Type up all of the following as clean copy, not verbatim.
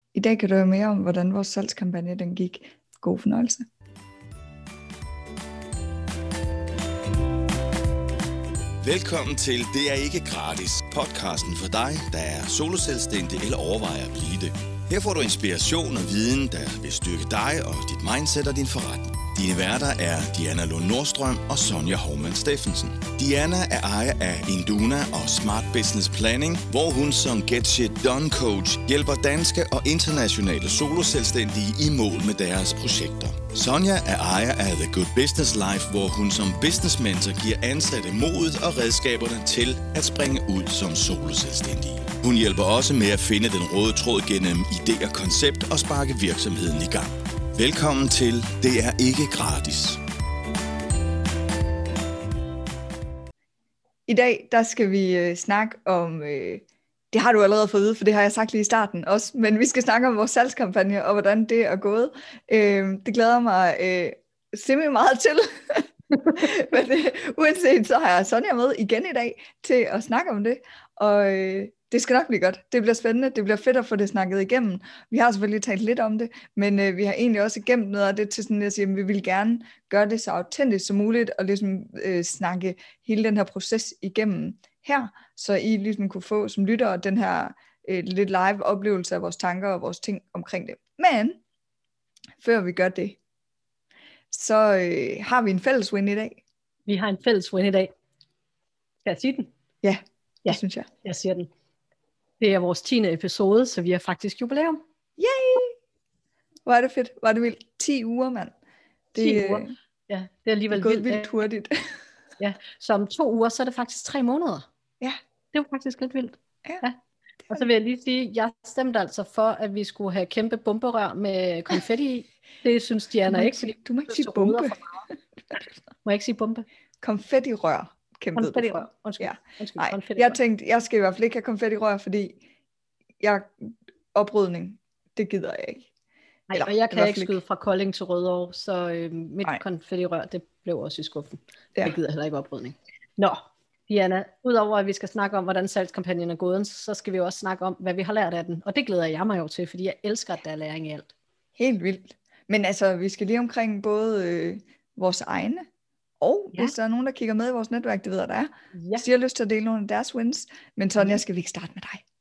I dag kan du høre mere om, hvordan vores salgskampagne den gik. God fornøjelse. Velkommen til Det er ikke gratis, podcasten for dig, der er soloselvstændig eller overvejer at blive det. Her får du inspiration og viden, der vil styrke dig og dit mindset og din forretning. Dine værter er Diana Lund Nordstrøm og Sonja Hovmand Steffensen. Diana er ejer af Induna og Smart Business Planning, hvor hun som Get Shit Done coach hjælper danske og internationale soloselvstændige i mål med deres projekter. Sonja er ejer af The Good Business Life, hvor hun som business mentor giver ansatte modet og redskaberne til at springe ud som soloselvstændige. Hun hjælper også med at finde den røde tråd gennem idé og koncept og sparke virksomheden i gang. Velkommen til Det er ikke gratis. I dag der skal vi snakke om, det har du allerede fået at vide, for det har jeg sagt lige i starten også, men vi skal snakke om vores salgskampagne og hvordan det er gået. Det glæder mig simpelthen meget til. Men uanset så har jeg Sonja med igen i dag til at snakke om det, og det skal nok blive godt. Det bliver spændende, det bliver fedt at få det snakket igennem. Vi har selvfølgelig talt lidt om det, men vi har egentlig også gemt noget af det til sådan at sige, at vi vil gerne gøre det så autentisk som muligt, og ligesom snakke hele den her proces igennem her, så I ligesom kunne få som lyttere den her lidt live oplevelse af vores tanker og vores ting omkring det. Men før vi gør det, så har vi en fælles win i dag. Vi har en fælles win i dag. Skal jeg sige den? Ja, det synes jeg. Jeg siger den. Det er vores 10. episode, så vi har faktisk jubilæum. Yay! Hvor er det fedt. Hvor er det vildt. 10 uger, mand. 10 uger. Ja, det er alligevel vildt hurtigt. Ja, så om 2 uger, så er det faktisk 3 måneder. Ja. Det var faktisk lidt vildt. Ja. Og så vil jeg lige sige, jeg stemte altså for, at vi skulle have kæmpe bomberør med konfetti i. Det synes Diana ikke, fordi du må ikke sige bombe. Må jeg ikke sige bombe? Konfettirør. Konfettirør. Undskyld. Nej, jeg tænkte, jeg skal i hvert fald ikke have konfettirør, fordi oprydning, det gider jeg ikke. Nej, og jeg kan ikke skyde fra Kolding til Rødovre, så mit konfettirør, det blev også i skuffen. Ja. Jeg gider heller ikke oprydning. Nå, Diana, udover at vi skal snakke om, hvordan salgskampagnen er gået, så skal vi også snakke om, hvad vi har lært af den. Og det glæder jeg mig jo til, fordi jeg elsker, at der er læring i alt. Helt vildt. Men altså, vi skal lige omkring både vores egne, og hvis der er nogen, der kigger med i vores netværk, det ved jeg, der er, så de har lyst til at dele nogle af deres wins. Men Sonja, skal vi ikke starte med dig?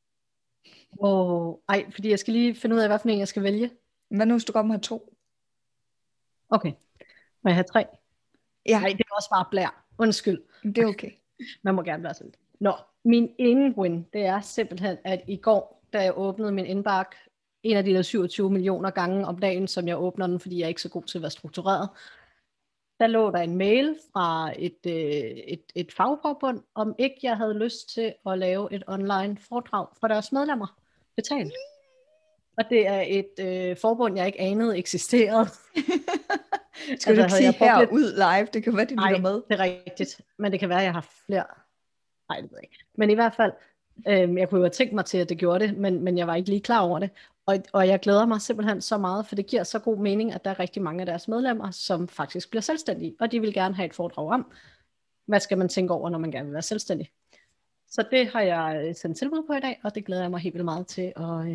Fordi jeg skal lige finde ud af, hvad for en jeg skal vælge. Hvad nu, hvis du kommer have 2? Okay. Må jeg have 3? Ja. Nej, det er også bare blær. Undskyld. Det er okay. Man må gerne være sådan. Nå, min ene win, det er simpelthen, at i går, da jeg åbnede min indbakke, en af de der 27 millioner gange om dagen, som jeg åbner den, fordi jeg er ikke så god til at være struktureret, der lå der en mail fra et fagforbund, om ikke jeg havde lyst til at lave et online foredrag for deres medlemmer betalt. Og det er et forbund, jeg ikke anede eksisterede. Skal du ikke sige her ud live? Det kan være, de lytter med. Nej, det er rigtigt. Men det kan være, at jeg har flere. Nej, det ved jeg ikke. Men i hvert fald, jeg kunne jo have tænkt mig til, at det gjorde det, men jeg var ikke lige klar over det. Og jeg glæder mig simpelthen så meget, for det giver så god mening, at der er rigtig mange af deres medlemmer, som faktisk bliver selvstændige. Og de vil gerne have et foredrag om, hvad skal man tænke over, når man gerne vil være selvstændig. Så det har jeg sendt tilbud på i dag, og det glæder jeg mig helt vildt meget til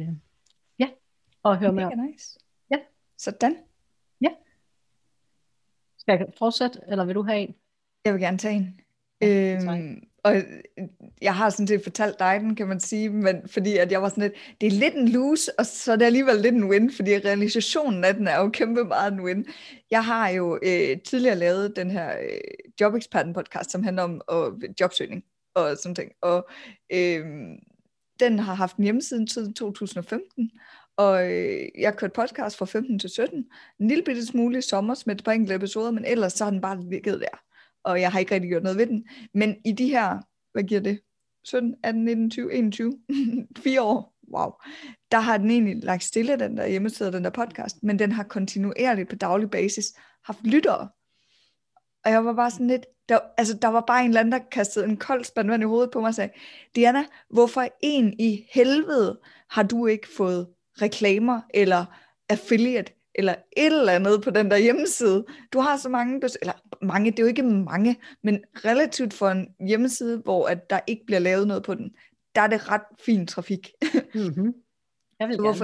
at høre mere om. Nice. Ja. Sådan. Ja. Skal jeg fortsætte, eller vil du have en? Jeg vil gerne tage en. Og jeg har sådan set fortalt dig den, kan man sige, men fordi at jeg var sådan lidt, det er lidt en lose, og så er det alligevel lidt en win, fordi realisationen af den er jo kæmpe meget en win. Jeg har jo tidligere lavet den her Jobeksperten podcast, som handler om jobsøgning og sådan ting, og den har haft en hjemmeside siden 2015, og jeg kørte podcast fra 15 til 17, en lille bitte smule i sommer med et par enkelte episoder, men ellers så har den bare ligget der. Og jeg har ikke rigtig gjort noget ved den. Men i de her, hvad giver det? 17, 18, 19, 20, 21, 4 år, wow. Der har den egentlig lagt stille, den der hjemmeside, den der podcast, men den har kontinuerligt på daglig basis haft lyttere. Og jeg var bare sådan lidt, der var bare en eller anden, der kastede en kold spand vand i hovedet på mig og sagde, Diana, hvorfor en i helvede har du ikke fået reklamer eller affiliate eller et eller andet på den der hjemmeside? Du har så mange, eller mange, det er jo ikke mange, men relativt for en hjemmeside, hvor at der ikke bliver lavet noget på den, der er det ret fin trafik. Mm-hmm. Jeg vil gerne have det.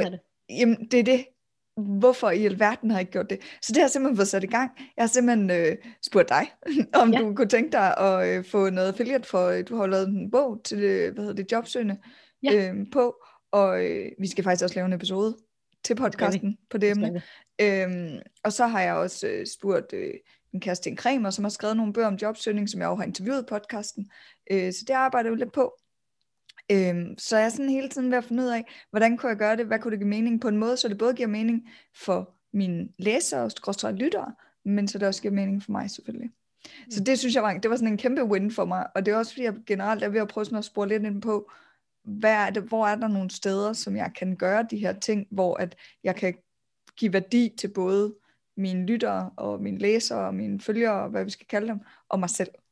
Jamen, det er det. Hvorfor i alverden har jeg ikke gjort det? Så det har jeg simpelthen fået sat i gang. Jeg har simpelthen spurgt dig, om du kunne tænke dig at få noget affiliate for, du har lavet en bog til, jobsøgende på, og vi skal faktisk også lave en episode til podcasten på det emne. Og så har jeg også spurgt en Kerstin Kremer, som har skrevet nogle bøger om jobsøgning, som jeg også har interviewet i podcasten. Så det arbejder jeg jo lidt på. Så jeg er sådan hele tiden ved at finde ud af, hvordan kunne jeg gøre det, hvad kunne det give mening på en måde, så det både giver mening for mine læsere og lyttere, men så det også giver mening for mig selvfølgelig. Så det synes jeg det var sådan en kæmpe win for mig, og det er også fordi jeg generelt er ved at prøve sådan at spore lidt ind på, hvor er der nogle steder, som jeg kan gøre de her ting, hvor at jeg kan give værdi til både mine lyttere og mine læsere og mine følgere, hvad vi skal kalde dem, og mig selv.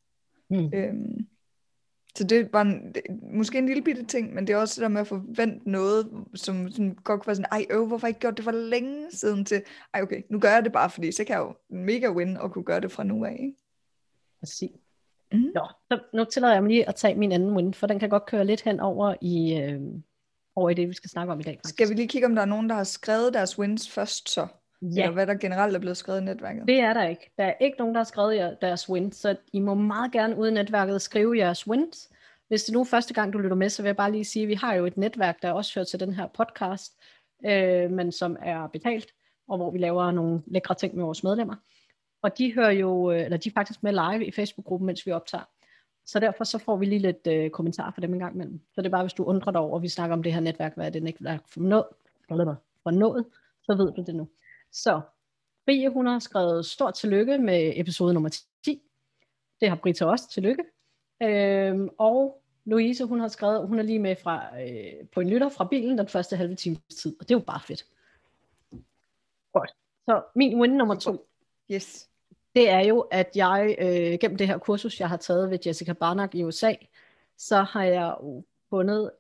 Så det var måske en lille bitte ting, men det er også det der med at forvente noget, som godt kunne være sådan, hvorfor har jeg ikke gjort det for længe siden til, okay, nu gør jeg det bare, fordi så kan jeg jo mega win og kunne gøre det fra nu af, ikke? Præcis. Nå, så nu tillader jeg mig lige at tage min anden win, for den kan godt køre lidt hen over i det, vi skal snakke om i dag. Faktisk. Skal vi lige kigge, om der er nogen, der har skrevet deres wins først så? Ja. Eller hvad der generelt er blevet skrevet i netværket? Det er der ikke. Der er ikke nogen, der har skrevet deres wins, så I må meget gerne ude i netværket skrive jeres wins. Hvis det nu er første gang, du lytter med, så vil jeg bare lige sige, at vi har jo et netværk, der også hører til den her podcast, men som er betalt, og hvor vi laver nogle lækre ting med vores medlemmer. Og de hører jo, eller de er faktisk med live i Facebook-gruppen, mens vi optager. Så derfor så får vi lige lidt kommentarer fra dem en gang imellem. Så det er bare, hvis du undrer dig over, at vi snakker om det her netværk, hvad er det netværk for nået, så ved du det nu. Så Brie, hun har skrevet stort tillykke med episode nummer 10. Det har Britta også, tillykke. Og Louise, hun har skrevet, hun er lige med på en lytter fra bilen den første halve times tid, og det er jo bare fedt. Godt. Så min win nummer 2, yes. Det er jo, at jeg gennem det her kursus, jeg har taget ved Jessica Barnack i USA, så har jeg hun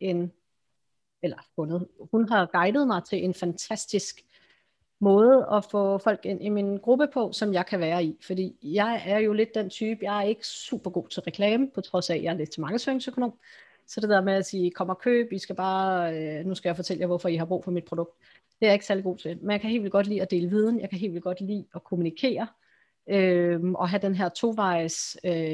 har guidet mig til en fantastisk måde at få folk ind i min gruppe på, som jeg kan være i. Fordi jeg er jo lidt den type, jeg er ikke super god til reklame, på trods af, at jeg er lidt til markedsføringsøkonom. Så det der med at sige, kom og køb, I skal bare, nu skal jeg fortælle jer, hvorfor I har brug for mit produkt. Det er jeg ikke særlig god til. Men jeg kan helt vildt godt lide at dele viden, jeg kan helt vildt godt lide at kommunikere, og have den her tovejs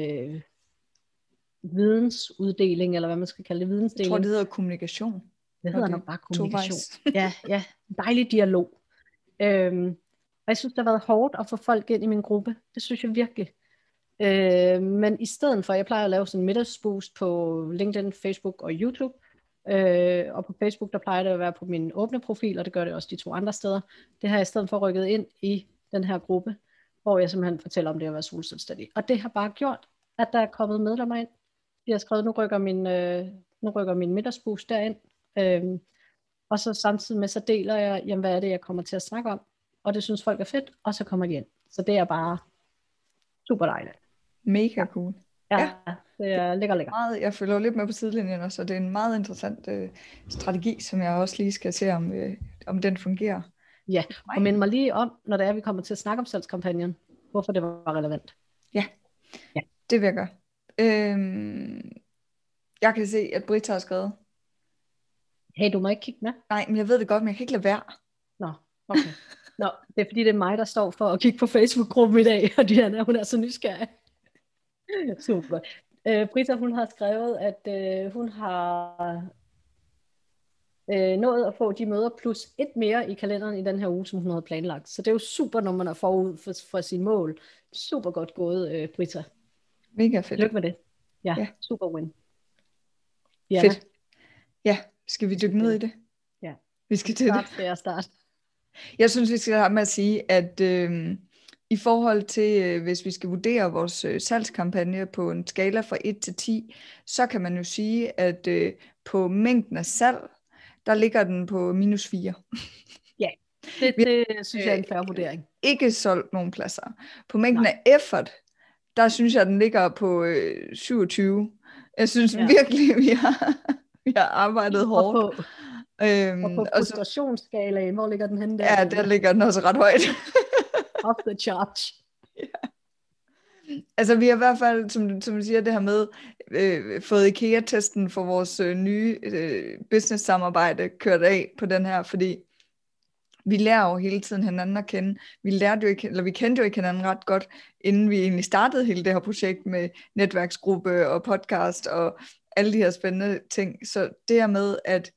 vidensuddeling, eller hvad man skal kalde det, vidensdeling. Jeg tror, det hedder kommunikation. Det hedder nok bare kommunikation. Ja, dejlig dialog. Og jeg synes, det har været hårdt at få folk ind i min gruppe. Det synes jeg virkelig. Men i stedet for, jeg plejer at lave sådan en middagsboost på LinkedIn, Facebook og YouTube. Og på Facebook, der plejer det at være på min åbne profil, og det gør det også de 2 andre steder. Det har jeg i stedet for rykket ind i den her gruppe, hvor jeg simpelthen fortæller om det at være solselvstændig. Og det har bare gjort, at der er kommet medlemmer ind. De har skrevet, nu rykker min middagsboost derind. Og så samtidig med, så deler jeg, jamen, hvad er det, jeg kommer til at snakke om. Og det synes folk er fedt, og så kommer de ind. Så det er bare super dejligt. Mega cool. Ja, det er lækker. Meget, jeg følger lidt med på sidelinjen også, og det er en meget interessant strategi, som jeg også lige skal se, om den fungerer. Ja, og mind mig lige om, når det er, vi kommer til at snakke om salgskampagnen, hvorfor det var relevant. Ja. Det vil jeg gøre. Jeg kan se, at Britta har skrevet. Hey, du må ikke kigge med. Nej, men jeg ved det godt, men jeg kan ikke lade være. Nå, okay. Nå, det er fordi, det er mig, der står for at kigge på Facebook-gruppen i dag, og Diana, hun er så nysgerrig. Super. Britta, hun har skrevet, at hun har nået at få de møder plus 1 mere i kalenderen i den her uge, som hun havde planlagt. Så det er jo super, når man er forud for sin mål. Super godt gået, Britta. Mega fedt. Lykke med det. Ja, super win. Diana. Fedt. Ja, skal vi dykke ned i det? Ja. Vi skal til det. Skal jeg starte? Jeg synes, vi skal have med at sige, at i forhold til, hvis vi skal vurdere vores salgskampagne på en skala fra 1 til 10, så kan man jo sige, at på mængden af salg, der ligger den på -4. Ja, det synes jeg er en fair vurdering. Ikke solgt nogen pladser. På mængden af effort, der synes jeg, den ligger på 27. Jeg synes virkelig, vi har arbejdet hårdt. Og på frustrationsskalaen, hvor ligger den henne der? Ja, der ligger den også ret højt. Off the charge. Ja. Altså vi har i hvert fald, som du siger, det her med fået IKEA-testen for vores nye business-samarbejde kørt af på den her, fordi vi lærer jo hele tiden hinanden at kende. Vi kendte jo ikke hinanden ret godt, inden vi egentlig startede hele det her projekt med netværksgruppe og podcast og alle de her spændende ting. Så det her med at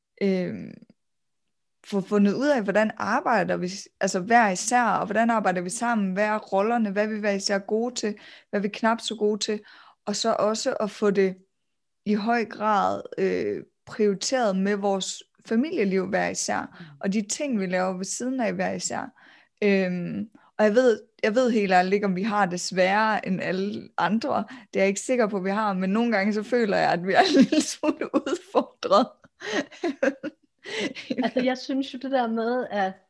få fundet ud af, hvordan arbejder vi altså hver især, og hvordan arbejder vi sammen, hvad er rollerne, hvad vi hver især gode til, hvad vi knap så gode til, og så også at få det i høj grad prioriteret med vores familieliv hver især, og de ting, vi laver ved siden af hver især. Og jeg ved helt ærligt ikke, om vi har det sværere end alle andre. Det er jeg ikke sikker på, at vi har, men nogle gange så føler jeg, at vi er en lille smule udfordret. Altså jeg synes jo det der med,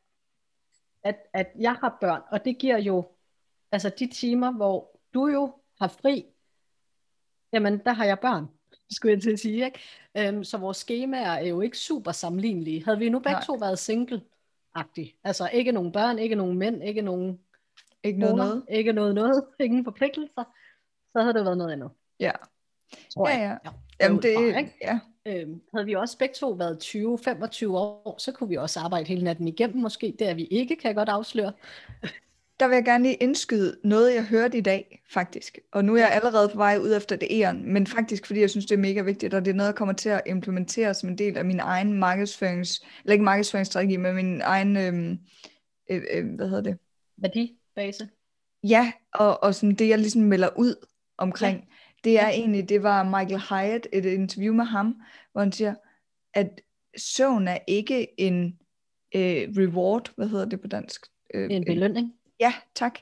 at jeg har børn, og det giver jo, altså de timer, hvor du jo har fri, jamen der har jeg børn, skulle jeg til at sige, ikke? Så vores skemaer er jo ikke super sammenlignelige. Havde vi nu begge to været single-agtige, altså ikke nogen børn, ikke nogen mænd, ikke nogen noget, ingen forpligtelser, så havde det været noget andet. Ja. Tror jeg. Ja. Jamen det, ja. Havde vi også begge to været 20-25 år, så kunne vi også arbejde hele natten igennem måske. Det er vi ikke, kan jeg godt afsløre. Der vil jeg gerne lige indskyde noget, jeg hørte i dag, faktisk. Og nu er jeg allerede på vej ud efter det æren, men faktisk fordi jeg synes, det er mega vigtigt, og det er noget, jeg kommer til at implementere som en del af min egen markedsføringsstrategi, men min egen, hvad hedder det? Værdibase. Ja, og sådan det, jeg ligesom melder ud omkring, det er egentlig, det var Michael Hyatt, et interview med ham, hvor han siger, at søvn er ikke en reward, hvad hedder det på dansk? En belønning. Ja, tak.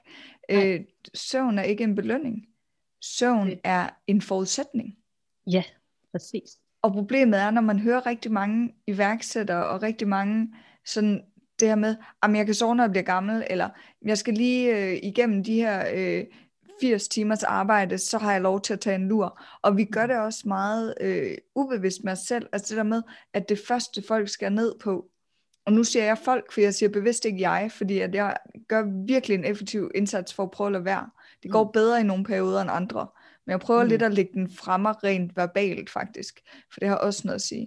Søvn er ikke en belønning. Søvn er en forudsætning. Ja, præcis. Og problemet er, når man hører rigtig mange iværksættere, og rigtig mange sådan det her med, at jeg kan sove, når jeg bliver gammel, eller jeg skal lige igennem de her 80 timers arbejde, så har jeg lov til at tage en lur. Og vi gør det også meget ubevidst med os selv. Altså det der med, at det første folk skal ned på, og nu siger jeg folk, for jeg siger bevidst ikke jeg, fordi at jeg gør virkelig en effektiv indsats for at prøve at lade være. Det går bedre i nogle perioder end andre, men jeg prøver lidt at lægge den fremme rent verbalt faktisk, for det har også noget at sige.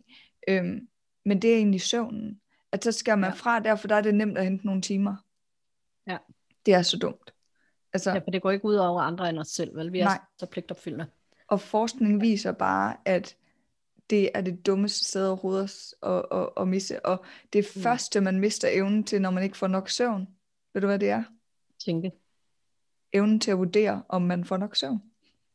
Men det er egentlig søvnen. At så skal man fra der, for der er det nemt at hente nogle timer. Ja. Det er så dumt. Altså, ja, for det går ikke ud over andre end os selv, vel? Vi er så pligtopfyldende. Og forskning viser bare, at det er det dummeste sted overhovedet at misse. Og det første, man mister evnen til, når man ikke får nok søvn. Ved du, hvad det er? Tænke. Evnen til at vurdere, om man får nok søvn.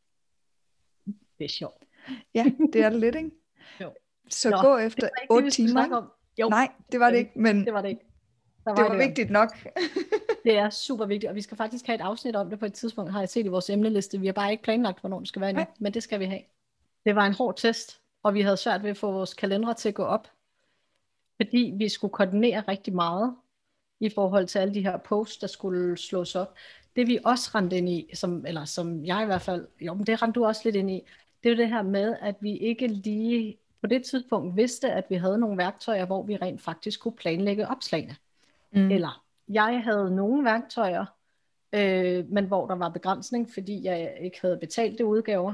Det er sjovt. Ja, det er det lidt, ikke? Jo. Så gå efter 8 timer. Nej, det var det ikke, men det var det ikke. Det var vigtigt nok. Det er super vigtigt, og vi skal faktisk have et afsnit om det på et tidspunkt, har jeg set i vores emneliste. Vi har bare ikke planlagt, hvornår det skal være endnu, men det skal vi have. Det var en hård test, og vi havde svært ved at få vores kalendere til at gå op, fordi vi skulle koordinere rigtig meget i forhold til alle de her posts, der skulle slås op. Det vi også rendte ind i, som jeg i hvert fald, men det rendte du også lidt ind i, det er jo det her med, at vi ikke lige på det tidspunkt vidste, at vi havde nogle værktøjer, hvor vi rent faktisk kunne planlægge opslagene. Eller jeg havde nogle værktøjer, men hvor der var begrænsning, fordi jeg ikke havde betalte udgaver.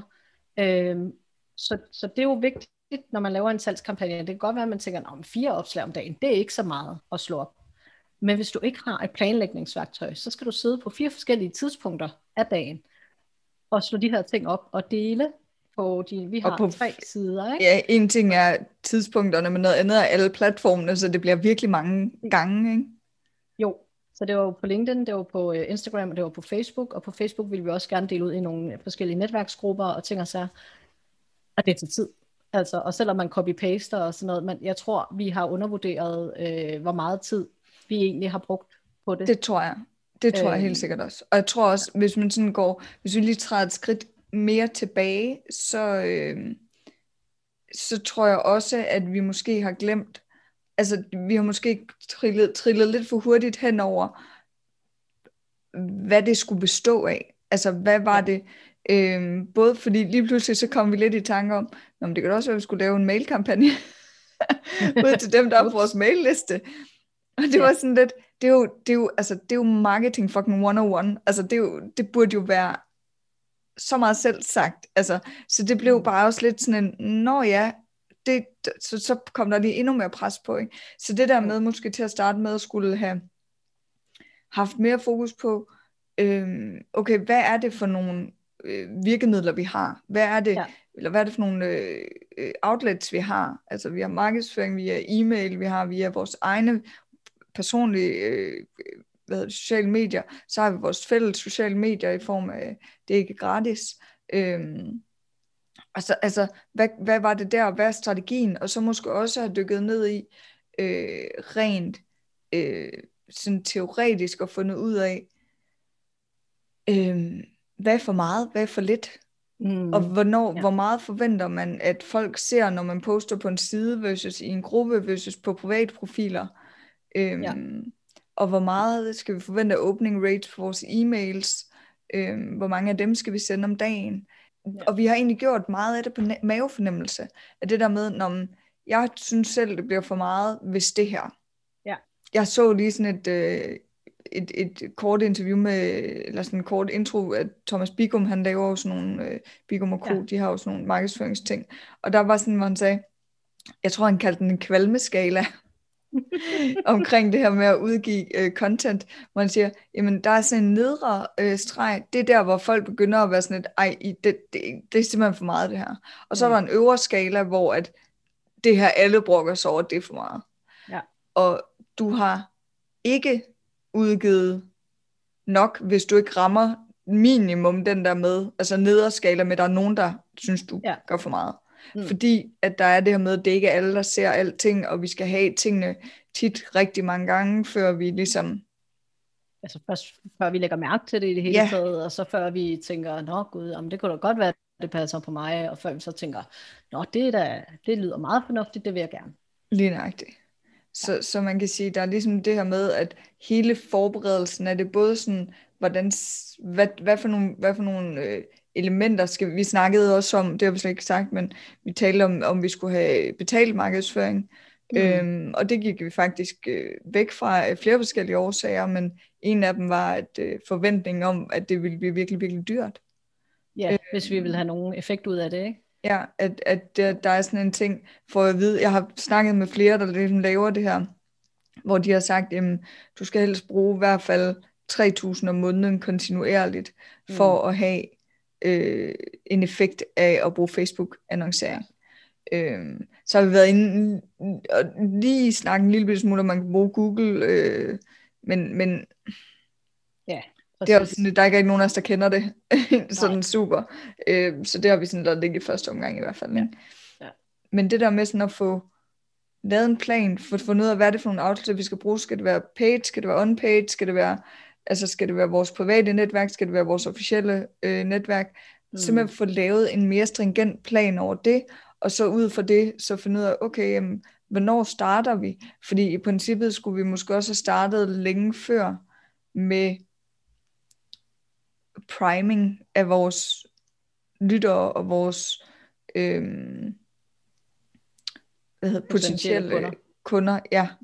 Så det er jo vigtigt, når man laver en salgskampagne. Det kan godt være, at man tænker, om 4 opslag om dagen, det er ikke så meget at slå op. Men hvis du ikke har et planlægningsværktøj, så skal du sidde på 4 forskellige tidspunkter af dagen, og slå de her ting op og dele. Vi har på 3 sider, ikke? Ja, en ting er tidspunkterne, men noget andet er alle platformene, så det bliver virkelig mange gange, ikke? Jo, så det var jo på LinkedIn, det var på Instagram, og det var på Facebook, og på Facebook ville vi også gerne dele ud i nogle forskellige netværksgrupper og ting og sager, og det tager tid. Altså, og selvom man copy-paster og sådan noget, men jeg tror, vi har undervurderet, hvor meget tid vi egentlig har brugt på det. Det tror jeg. Det tror jeg helt sikkert også. Og jeg tror også, hvis man sådan hvis vi lige træder et skridt mere tilbage, så tror jeg også, at vi måske har glemt, altså vi har måske trillet lidt for hurtigt henover, hvad det skulle bestå af. Altså hvad var det, både fordi lige pludselig så kom vi lidt i tanke om, det kan også være, at vi skulle lave en mailkampagne ud til dem, der er på vores mailliste. Og det var sådan lidt, det er jo marketing fucking 101. Altså det burde jo være så meget selv sagt. Altså, så det blev bare også lidt sådan en, så kom der lige endnu mere pres på, ikke? Så det der med måske til at starte med at skulle have haft mere fokus på, okay, hvad er det for nogle virkemidler, vi har? Hvad er det, eller hvad er det for nogle outlets, vi har? Altså, vi har markedsføring via e-mail, vi har via vores egne personlige sociale medier, så har vi vores fælles sociale medier i form af, det er ikke gratis. Altså, hvad var det der, hvad er strategien? Og så måske også have dykket ned i rent sådan teoretisk og fundet ud af, hvad er for meget, hvad er for lidt? Og hvor meget forventer man, at folk ser, når man poster på en side versus i en gruppe versus på private profiler? Og hvor meget skal vi forvente af opening rates på vores e-mails? Hvor mange af dem skal vi sende om dagen? Og vi har egentlig gjort meget af det på mavefornemmelse. Af det der med, når jeg synes selv, det bliver for meget, hvis det her. Jeg så lige sådan et kort interview med, eller sådan en kort intro af Thomas Bigum. Han laver jo sådan nogle, Bigum og Co, de har jo sådan nogle markedsføringsting. Og der var sådan, hvor han sagde, jeg tror han kaldte den en kvalmeskala, omkring det her med at udgive content, hvor han siger, jamen der er sådan en nedre streg, det er der, hvor folk begynder at være sådan et, det er simpelthen for meget det her. Og så er der en øvre skala, hvor at det her alle brokker sig over, det er for meget. Og du har ikke udgivet nok, hvis du ikke rammer minimum den der med, altså nedre skala med, der er nogen, der synes, du gør for meget. Fordi at der er det her med, at det ikke er alle, der ser alting, og vi skal have tingene tit rigtig mange gange, før vi ligesom... Altså først før vi lægger mærke til det i det hele taget, og så før vi tænker, nå gud, jamen, det kunne da godt være, at det passer på mig, og før vi så tænker, nå det lyder meget fornuftigt, det vil jeg gerne. Lige nøjagtigt. Så man kan sige, der er ligesom det her med, at hele forberedelsen af det, både sådan, hvad for nogle elementer skal vi snakkede også om, det har vi slet ikke sagt, men vi talte om vi skulle have betalt markedsføring, og det gik vi faktisk væk fra af flere forskellige årsager, men en af dem var at forventningen om, at det ville blive virkelig, virkelig dyrt. Ja, hvis vi vil have nogen effekt ud af det, ikke? Ja, at der er sådan en ting, for at vide, jeg har snakket med flere, der ligesom laver det her, hvor de har sagt, jamen, du skal helst bruge i hvert fald 3.000 om måneden kontinuerligt, for at have en effekt af at bruge Facebook-annoncering. Så har vi været inde og lige snakke en lille smule, om man kan bruge Google, men det er også sådan, der er ikke nogen af os, der kender det sådan super. Så det har vi sådan lavet ligge i første omgang i hvert fald. Ja. Men det der med sådan at få lavet en plan, få fundet ud af, hvad er det for nogle outlets, vi skal bruge. Skal det være paid? Skal det være unpaid? Skal det være vores private netværk? Skal det være vores officielle netværk? Simpelthen få lavet en mere stringent plan over det, og så ud fra det, så finde ud af, okay, jamen, hvornår starter vi? Fordi i princippet skulle vi måske også have startet længe før med priming af vores lyttere og vores potentielle kunder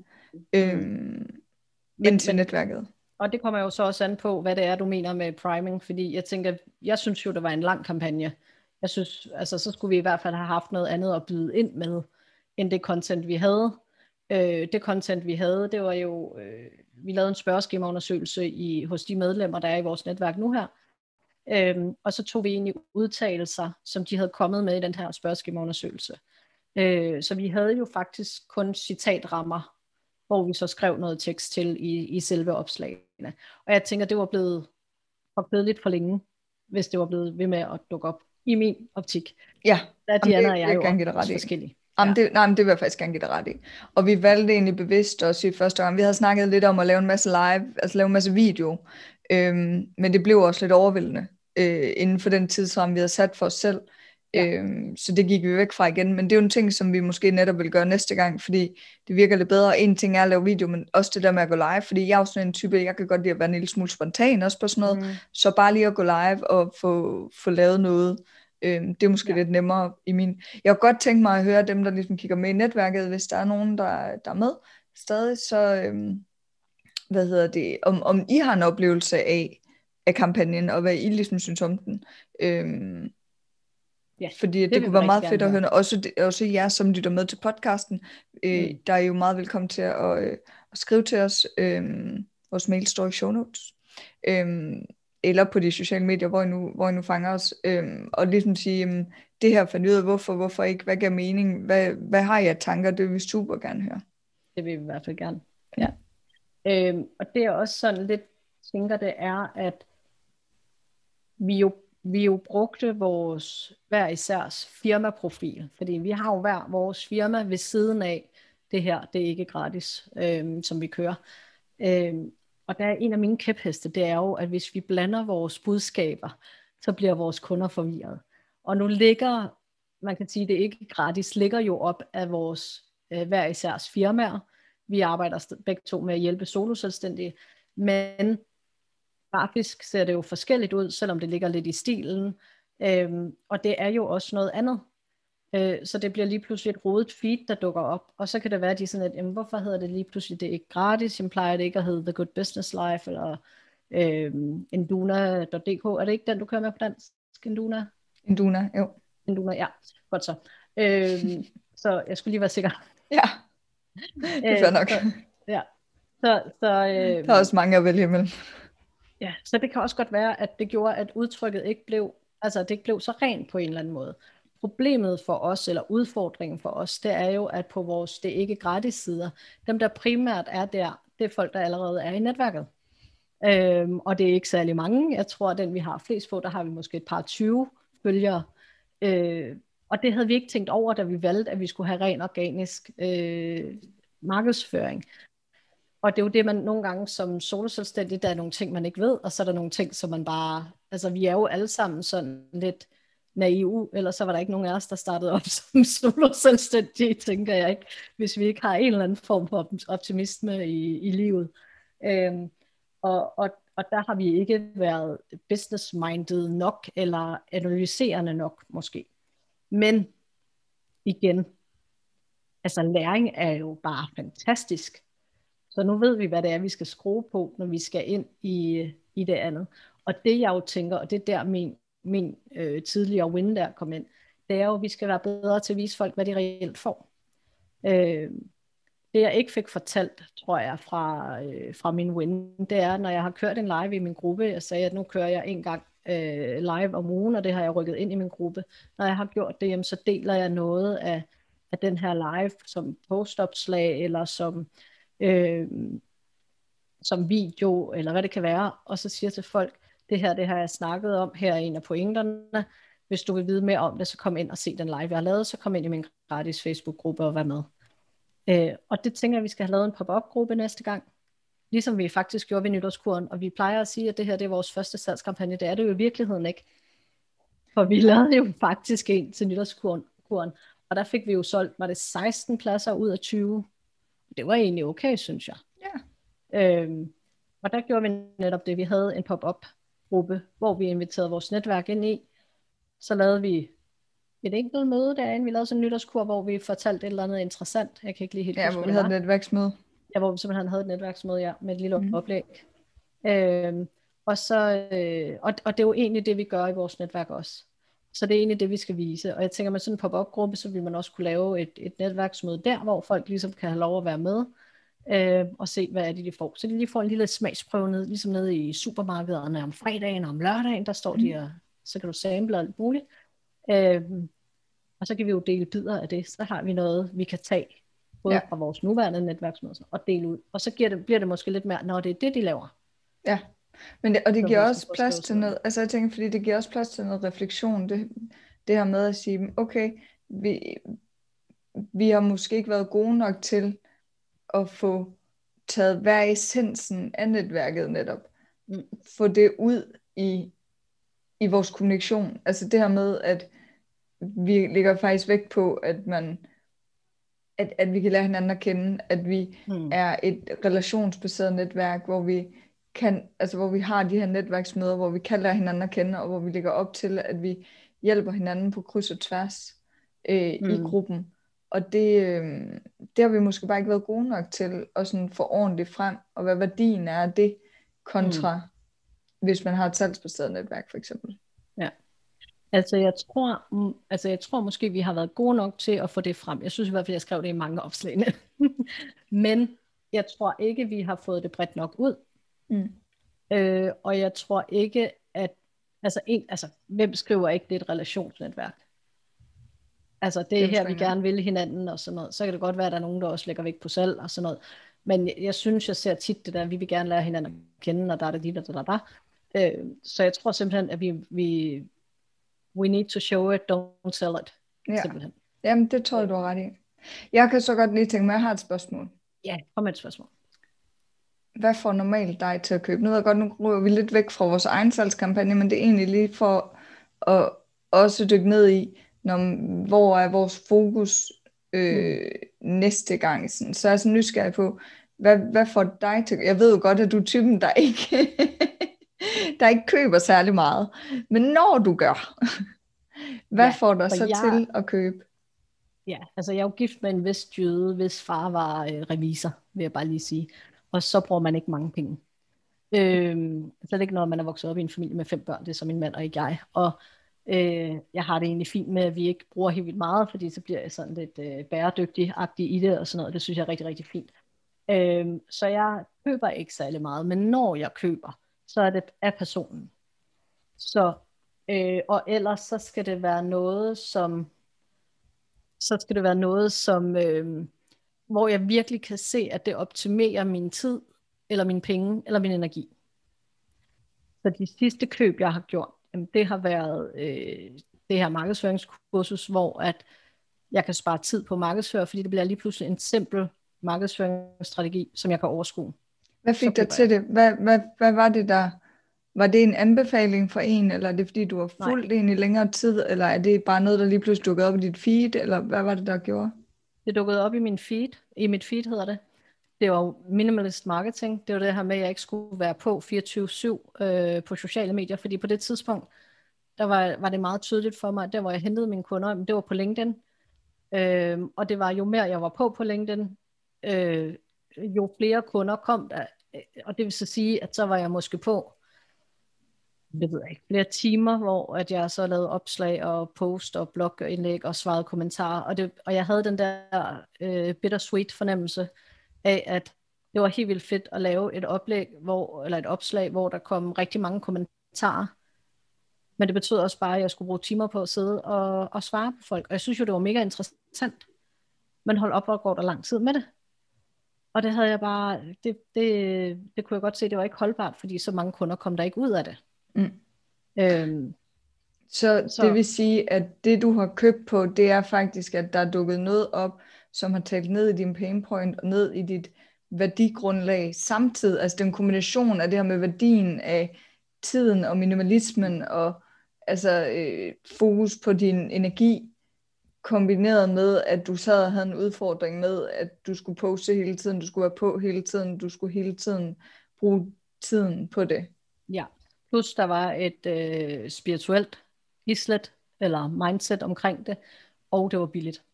ind til netværket. Og det kommer jo så også an på, hvad det er, du mener med priming, fordi jeg synes jo, det var en lang kampagne. Jeg synes, altså så skulle vi i hvert fald have haft noget andet at byde ind med, end det content, vi havde. Det content, vi havde, det var jo, vi lavede en spørgeskemaundersøgelse hos de medlemmer, der er i vores netværk nu her. Og så tog vi egentlig udtalelser, som de havde kommet med i den her spørgeskemaundersøgelse. Så vi havde jo faktisk kun citatrammer, hvor vi så skrev noget tekst til i selve opslagene. Og jeg tænker, det var blevet for kedeligt for længe, hvis det var blevet ved med at dukke op i min optik. Ja, der Diana og jeg jo også forskellige. Jamen, det vil jeg faktisk gerne give dig ret i. Og vi valgte egentlig bevidst også i første gang. Vi havde snakket lidt om at lave en masse live, altså lave en masse video. Men det blev også lidt overvældende inden for den tidsramme, vi havde sat for os selv. Så det gik vi væk fra igen. Men det er jo en ting, som vi måske netop vil gøre næste gang, fordi det virker lidt bedre. En ting er at lave video, men også det der med at gå live, fordi jeg er jo sådan en type, jeg kan godt lide at være en lille smule spontan også på sådan noget. Så bare lige at gå live og få lavet noget, det er måske lidt nemmere i min... Jeg kunne godt tænke mig at høre dem, der ligesom kigger med i netværket, hvis der er nogen, der er med stadig, så om I har en oplevelse af kampagnen, og hvad I ligesom synes om den. Ja, fordi det kunne være meget fedt at høre, også jer, som lytter med til podcasten. Der er jo meget velkommen til at skrive til os. Vores mail står i show notes. Eller på de sociale medier, hvor I nu fanger os. Og ligesom sige, det her fandt ud af, hvorfor ikke, hvad giver mening, hvad har I af tanker, det vil vi super gerne høre. Det vil vi i hvert fald gerne, ja. Og det er også sådan lidt, tænker det er, at vi jo brugte vores hver isærs firmaprofil, fordi vi har jo hver vores firma ved siden af det her, det er ikke gratis, som vi kører. Og der er en af mine kæpheste, det er jo, at hvis vi blander vores budskaber, så bliver vores kunder forvirret. Og nu ligger, man kan sige, det er ikke gratis, ligger jo op af vores hver isærs firmaer. Vi arbejder begge to med at hjælpe soloselvstændige, men grafisk ser det jo forskelligt ud, selvom det ligger lidt i stilen. Og det er jo også noget andet. Så det bliver lige pludselig et rodet feed, der dukker op. Og så kan det være, at de er sådan, at jamen, hvorfor hedder det lige pludselig, det er ikke gratis? Jamen, plejer det ikke at hedde The Good Business Life, eller Enduna.dk. Er det ikke den, du kører med på dansk? Enduna? Enduna, jo. Enduna, ja. Godt så. Så jeg skulle lige være sikker. Ja, det er fair nok. Der er også mange at vælge imellem. Ja, så det kan også godt være, at det gjorde, at udtrykket ikke blev, altså det ikke blev så rent på en eller anden måde. Problemet for os, eller udfordringen for os, det er jo, at på vores det ikke gratis sider, dem der primært er der, det er folk, der allerede er i netværket. Og det er ikke særlig mange. Jeg tror, at den vi har flest på, der har vi måske et par 20 følgere. Og det havde vi ikke tænkt over, da vi valgte, at vi skulle have ren organisk markedsføring. Og det er jo det, man nogle gange som soloselvstændig, der er nogle ting, man ikke ved, og så er der nogle ting, som man bare, altså vi er jo alle sammen sådan lidt naive, eller så var der ikke nogen af os, der startede op som soloselvstændige, tænker jeg ikke, hvis vi ikke har en eller anden form for optimisme i livet. Og der har vi ikke været business-minded nok, eller analyserende nok måske. Men igen, altså læring er jo bare fantastisk. Så nu ved vi, hvad det er, vi skal skrue på, når vi skal ind i det andet. Og det jeg jo tænker, og det er der min tidligere win der kom ind, det er jo, at vi skal være bedre til at vise folk, hvad de reelt får. Det jeg ikke fik fortalt, tror jeg, fra min win, det er, når jeg har kørt en live i min gruppe, jeg sagde, at nu kører jeg en gang live om ugen, og det har jeg rykket ind i min gruppe. Når jeg har gjort det, jamen, så deler jeg noget af den her live som postopslag, eller som video, eller hvad det kan være, og så siger til folk, det har jeg snakket om, her er en af pointerne, hvis du vil vide mere om det, så kom ind og se den live, jeg har lavet, så kom ind i min gratis Facebook-gruppe og vær med. Og det tænker jeg, vi skal have lavet en pop-up-gruppe næste gang, ligesom vi faktisk gjorde ved nytårskuren, og vi plejer at sige, at det her det er vores første salgskampagne, det er det jo i virkeligheden ikke, for vi lavede jo faktisk en til nytårskuren, og der fik vi jo solgt, var det 16 pladser ud af 20, det var egentlig okay, synes jeg. Ja. Og der gjorde vi netop det, vi havde en pop-up gruppe, hvor vi inviterede vores netværk ind i, så lavede vi et enkelt møde derinde, vi lavede sådan en nytårskur, hvor vi fortalte et eller andet interessant, jeg kan ikke lige helt huske, hvor vi havde et netværksmøde. Ja, hvor vi simpelthen havde et netværksmøde, ja, med et lille oplæg. Og det er jo egentlig det, vi gør i vores netværk også. Så det er egentlig det, vi skal vise. Og jeg tænker, med sådan en pop-up-gruppe, så vil man også kunne lave et netværksmøde der, hvor folk ligesom kan have lov at være med, og se, hvad er det, de får. Så de lige får en lille smagsprøve ned, ligesom nede i supermarkederne om fredagen og om lørdagen, der står de, og så kan du sample alt muligt. Og så kan vi jo dele bidder af det. Så har vi noget, vi kan tage, både fra vores nuværende netværksmøder, og dele ud. Og så bliver det måske lidt mere, når det er det, de laver. Ja, men det giver også plads til noget, altså jeg tænker, fordi det giver også plads til noget refleksion, det her med at sige, okay, vi har måske ikke været gode nok til at få taget hver essensen af netværket netop, få det ud i vores kommunikation, altså det her med, at vi lægger faktisk vægt på, at vi kan lære hinanden at kende, at vi er et relationsbaseret netværk, hvor vi har de her netværksmøder, hvor vi kan lære hinanden at kende, og hvor vi lægger op til, at vi hjælper hinanden på kryds og tværs i gruppen. Og det har vi måske bare ikke været gode nok til at sådan få ordentligt frem, og hvad værdien er af det, kontra hvis man har et salgsbaseret netværk for eksempel. Ja. Jeg tror måske, vi har været gode nok til at få det frem. Jeg synes i hvert fald, jeg skrev det i mange opslagene. Men jeg tror ikke, vi har fået det bredt nok ud. Og jeg tror ikke, at hvem skriver ikke, det er et relationsnetværk? Altså det er her, vi gerne vil hinanden og sådan noget. Så kan det godt være, at der er nogen, der også lægger vægt på salg og sådan noget. Men jeg synes, jeg ser tit det der, vi vil gerne lære hinanden at kende, og der er det der. Så jeg tror simpelthen, at we need to show it, don't sell it. Ja. Simpelthen. Jamen, det tror jeg, du har ret i. Jeg kan så godt lige tænke mig, jeg har et spørgsmål. Ja, kom med et spørgsmål. Hvad får normalt dig til at købe? Nu ved jeg godt, nu ryger vi lidt væk fra vores egen salgskampagne, men det er egentlig lige for at også dykke ned i, hvor er vores fokus næste gang. Sådan. Så er jeg så nysgerrig på, hvad får dig til? Jeg ved jo godt, at du er typen, der ikke køber særlig meget. Men når du gør, hvad får dig så til at købe? Ja, altså jeg er jo gift med en vestjyde, hvis far var revisor, vil jeg bare lige sige. Og så bruger man ikke mange penge. Så er det ikke noget, man er vokset op i en familie med 5 børn, det er så min mand og ikke jeg. Og jeg har det egentlig fint med, at vi ikke bruger helt vildt meget, fordi så bliver jeg sådan lidt bæredygtig-agtig i det og sådan noget. Det synes jeg er rigtig, rigtig fint. Så jeg køber ikke særlig meget, men når jeg køber, så er det af personen. Så, og ellers så skal det være noget som, hvor jeg virkelig kan se, at det optimerer min tid, eller mine penge, eller min energi. Så de sidste køb, jeg har gjort, det har været det her markedsføringskursus, hvor at jeg kan spare tid på markedsføre, fordi det bliver lige pludselig en simpel markedsføringsstrategi, som jeg kan overskue. Hvad fik dig til det? Hvad var det der? Var det en anbefaling for en, eller er det fordi du har fulgt en i længere tid, eller er det bare noget, der lige pludselig dukkede op i dit feed, eller hvad var det, der gjorde? Det dukkede op i mit feed hedder det. Det var jo minimalist marketing. Det var det her med, at jeg ikke skulle være på 24/7 på sociale medier, fordi på det tidspunkt, der var det meget tydeligt for mig, at der hvor jeg hentede mine kunder, det var på LinkedIn. Og det var jo mere jeg var på LinkedIn, jo flere kunder kom der. Og det vil så sige, at så var jeg måske på, det ved jeg ikke, flere timer, hvor at jeg så lavede opslag og post og blogindlæg og svarede kommentarer. Og jeg havde den der bittersweet fornemmelse af, at det var helt vildt fedt at lave et opslag, hvor der kom rigtig mange kommentarer. Men det betød også bare, at jeg skulle bruge timer på at sidde og svare på folk. Og jeg synes jo, det var mega interessant. Men hold op, hvor går der lang tid med det? Og det havde jeg bare, det kunne jeg godt se, det var ikke holdbart, fordi så mange kunder kom der ikke ud af det. Så det vil sige, at det du har købt på, det er faktisk, at der er dukket noget op, som har talt ned i din pain point og ned i dit værdigrundlag samtidig. Altså den kombination af det her med værdien af tiden og minimalismen og fokus på din energi, kombineret med, at du sad og havde en udfordring med, at du skulle poste hele tiden, du skulle være på hele tiden, du skulle hele tiden bruge tiden på det. Ja, plus der var et spirituelt islet, eller mindset omkring det, og det var billigt.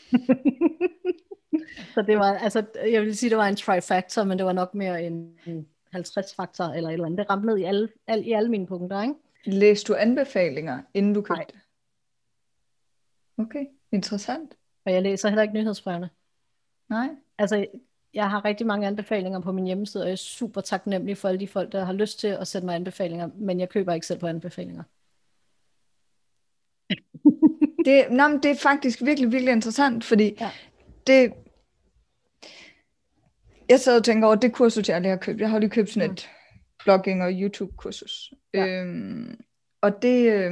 Så det var, jeg vil sige, det var en trifactor, men det var nok mere en 50-faktor, eller et eller andet. Det ramte ned i alle mine punkter, ikke? Læste du anbefalinger, inden du købte? Nej. Okay, interessant. Og jeg læser heller ikke nyhedsbrevene. Nej. Altså, jeg har rigtig mange anbefalinger på min hjemmeside, og jeg er super taknemmelig for alle de folk, der har lyst til at sætte mig anbefalinger, men jeg køber ikke selv på anbefalinger. Det er faktisk virkelig, virkelig interessant, fordi jeg sad og tænker over, det kursus, jeg lige har købt. Jeg har lige købt sådan et blogging og YouTube kursus. Ja. Og det...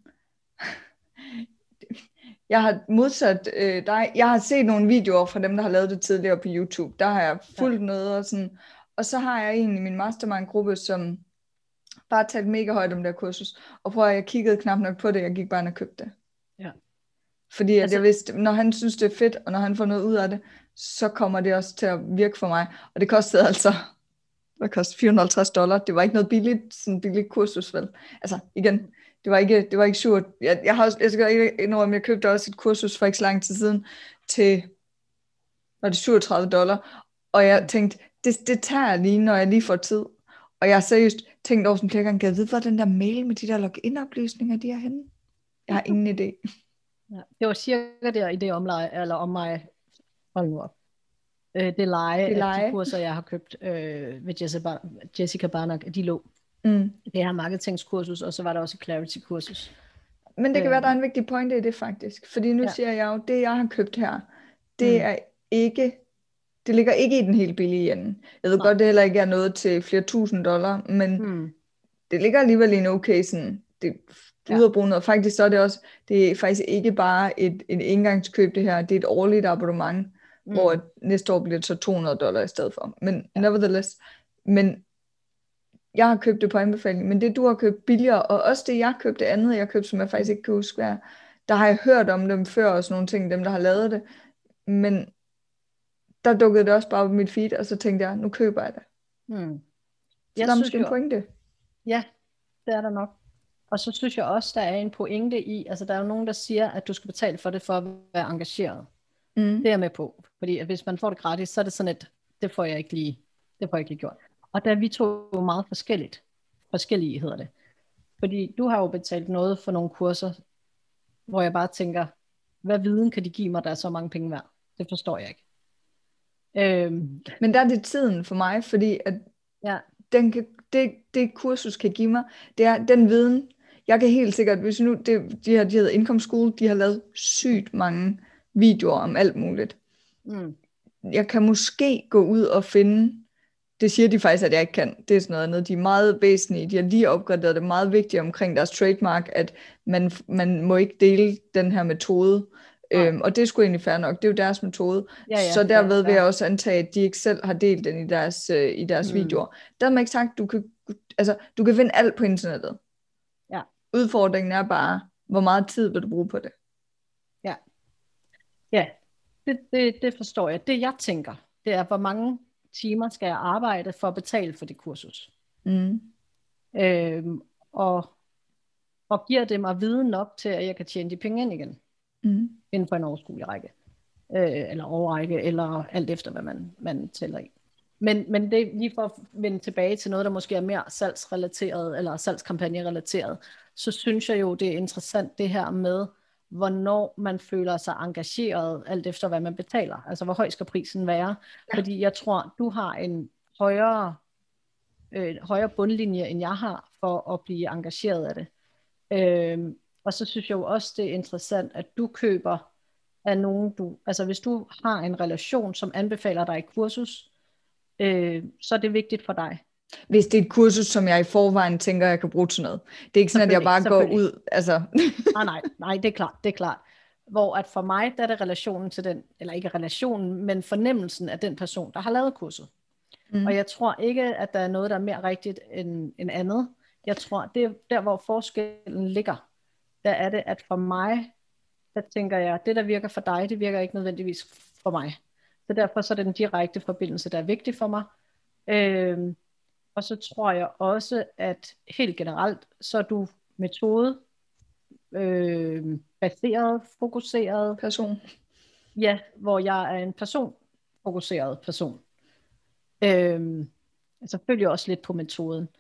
Jeg har modsat dig. Jeg har set nogle videoer fra dem, der har lavet det tidligere på YouTube. Der har jeg fulgt noget og sådan. Og så har jeg en i min mastermind-gruppe, som bare talt mega højt om det kursus. Og prøv at jeg kiggede knap nok på det, jeg gik bare ind og købte det. Ja. Fordi at jeg vidste, når han synes det er fedt, og når han får noget ud af det, så kommer det også til at virke for mig. Og det kostede altså, hvad kostede $450. Det var ikke noget billigt, sådan billigt kursus, vel? Altså igen, det var ikke surt. Jeg skal ikke indrømme, jeg købte også et kursus for ikke så lang tid siden til, var det $37. Og jeg tænkte, det tager jeg lige, når jeg lige får tid. Og jeg har seriøst tænkt over sådan flere gange, kan jeg vide, hvor den der mail med de der login-oplysninger, de er henne? Jeg har ingen idé. Ja, det var cirka der i det omleje, eller om mig, hold nu op. Det leje, at de kurser, jeg har købt ved Jessica Barnack, de lå. Det her marketingskursus, og så var der også et Clarity-kursus. Men det kan være, der er en vigtig pointe i det faktisk. Fordi nu siger jeg jo, det jeg har købt her, det er ikke, det ligger ikke i den helt billige ende. Jeg ved godt, det heller ikke er noget til flere $1,000, men det ligger alligevel i en okay sådan, det ud at bruge noget. Faktisk så er det også, det er faktisk ikke bare et engangskøb det her, det er et årligt abonnement, hvor næste år bliver det så $200 i stedet for. Men nevertheless, men jeg har købt det på anbefaling, men det du har købt billigere, og også det jeg købte, andet jeg købte, som jeg faktisk ikke kan huske hvad, der har jeg hørt om dem før, og sådan nogle ting, dem der har lavet det, men der dukkede det også bare på mit feed, og så tænkte jeg, nu køber jeg det. Så der er måske en pointe. Ja, det er der nok. Og så synes jeg også, der er en pointe i, altså der er jo nogen, der siger, at du skal betale for det, for at være engageret. Det er jeg med på. Fordi at hvis man får det gratis, så er det sådan et, det får jeg ikke lige gjort. Og der er vi to jo meget forskellige hedder det. Fordi du har jo betalt noget for nogle kurser, hvor jeg bare tænker, hvad viden kan de give mig, der er så mange penge værd? Det forstår jeg ikke. Men der er det tiden for mig, fordi at det kursus kan give mig, det er den viden. Jeg kan helt sikkert, hvis nu, de hedder Income School, de har lavet sygt mange videoer om alt muligt. Jeg kan måske gå ud og finde, det siger de faktisk, at jeg ikke kan, det er sådan noget andet, de er meget væsentlige, de har lige opgraderet det meget vigtigt omkring deres trademark, at man må ikke dele den her metode, og det er sgu egentlig fair nok, det er jo deres metode, så derved vil jeg også antage, at de ikke selv har delt den i deres videoer. Der har man ikke sagt, du kan finde alt på internettet. Udfordringen er bare, hvor meget tid vil du bruge på det? Ja, det forstår jeg. Det jeg tænker, det er, hvor mange timer skal jeg arbejde for at betale for det kursus. Og giver det mig viden nok til, at jeg kan tjene de penge ind igen. Inden for en overskuelig række. Eller overrække, eller alt efter, hvad man tæller i. Men det lige for at vende tilbage til noget, der måske er mere salgsrelateret, eller salgskampagne-relateret, så synes jeg jo, det er interessant det her med, hvornår man føler sig engageret, alt efter hvad man betaler. Altså, hvor høj skal prisen være? Fordi jeg tror, du har en højere bundlinje, end jeg har, for at blive engageret af det. Og så synes jeg jo også, det er interessant, at du køber af nogen, altså hvis du har en relation, som anbefaler dig et kursus, så er det vigtigt for dig. Hvis det er et kursus, som jeg i forvejen tænker, jeg kan bruge til noget. Det er ikke sådan, at jeg bare går ud. Altså. nej, det er klart. Hvor at for mig, der er det relationen til den, eller ikke relationen, men fornemmelsen af den person, der har lavet kurset. Og jeg tror ikke, at der er noget, der er mere rigtigt end andet. Jeg tror, det er der, hvor forskellen ligger. Der er det, at for mig, der tænker jeg, det der virker for dig, det virker ikke nødvendigvis for mig. Så derfor så er det den direkte forbindelse, der er vigtig for mig. Og så tror jeg også, at helt generelt, så er du metode baseret, fokuseret person. Ja, hvor jeg er en personfokuseret person. Selvfølgelig også lidt på metoden.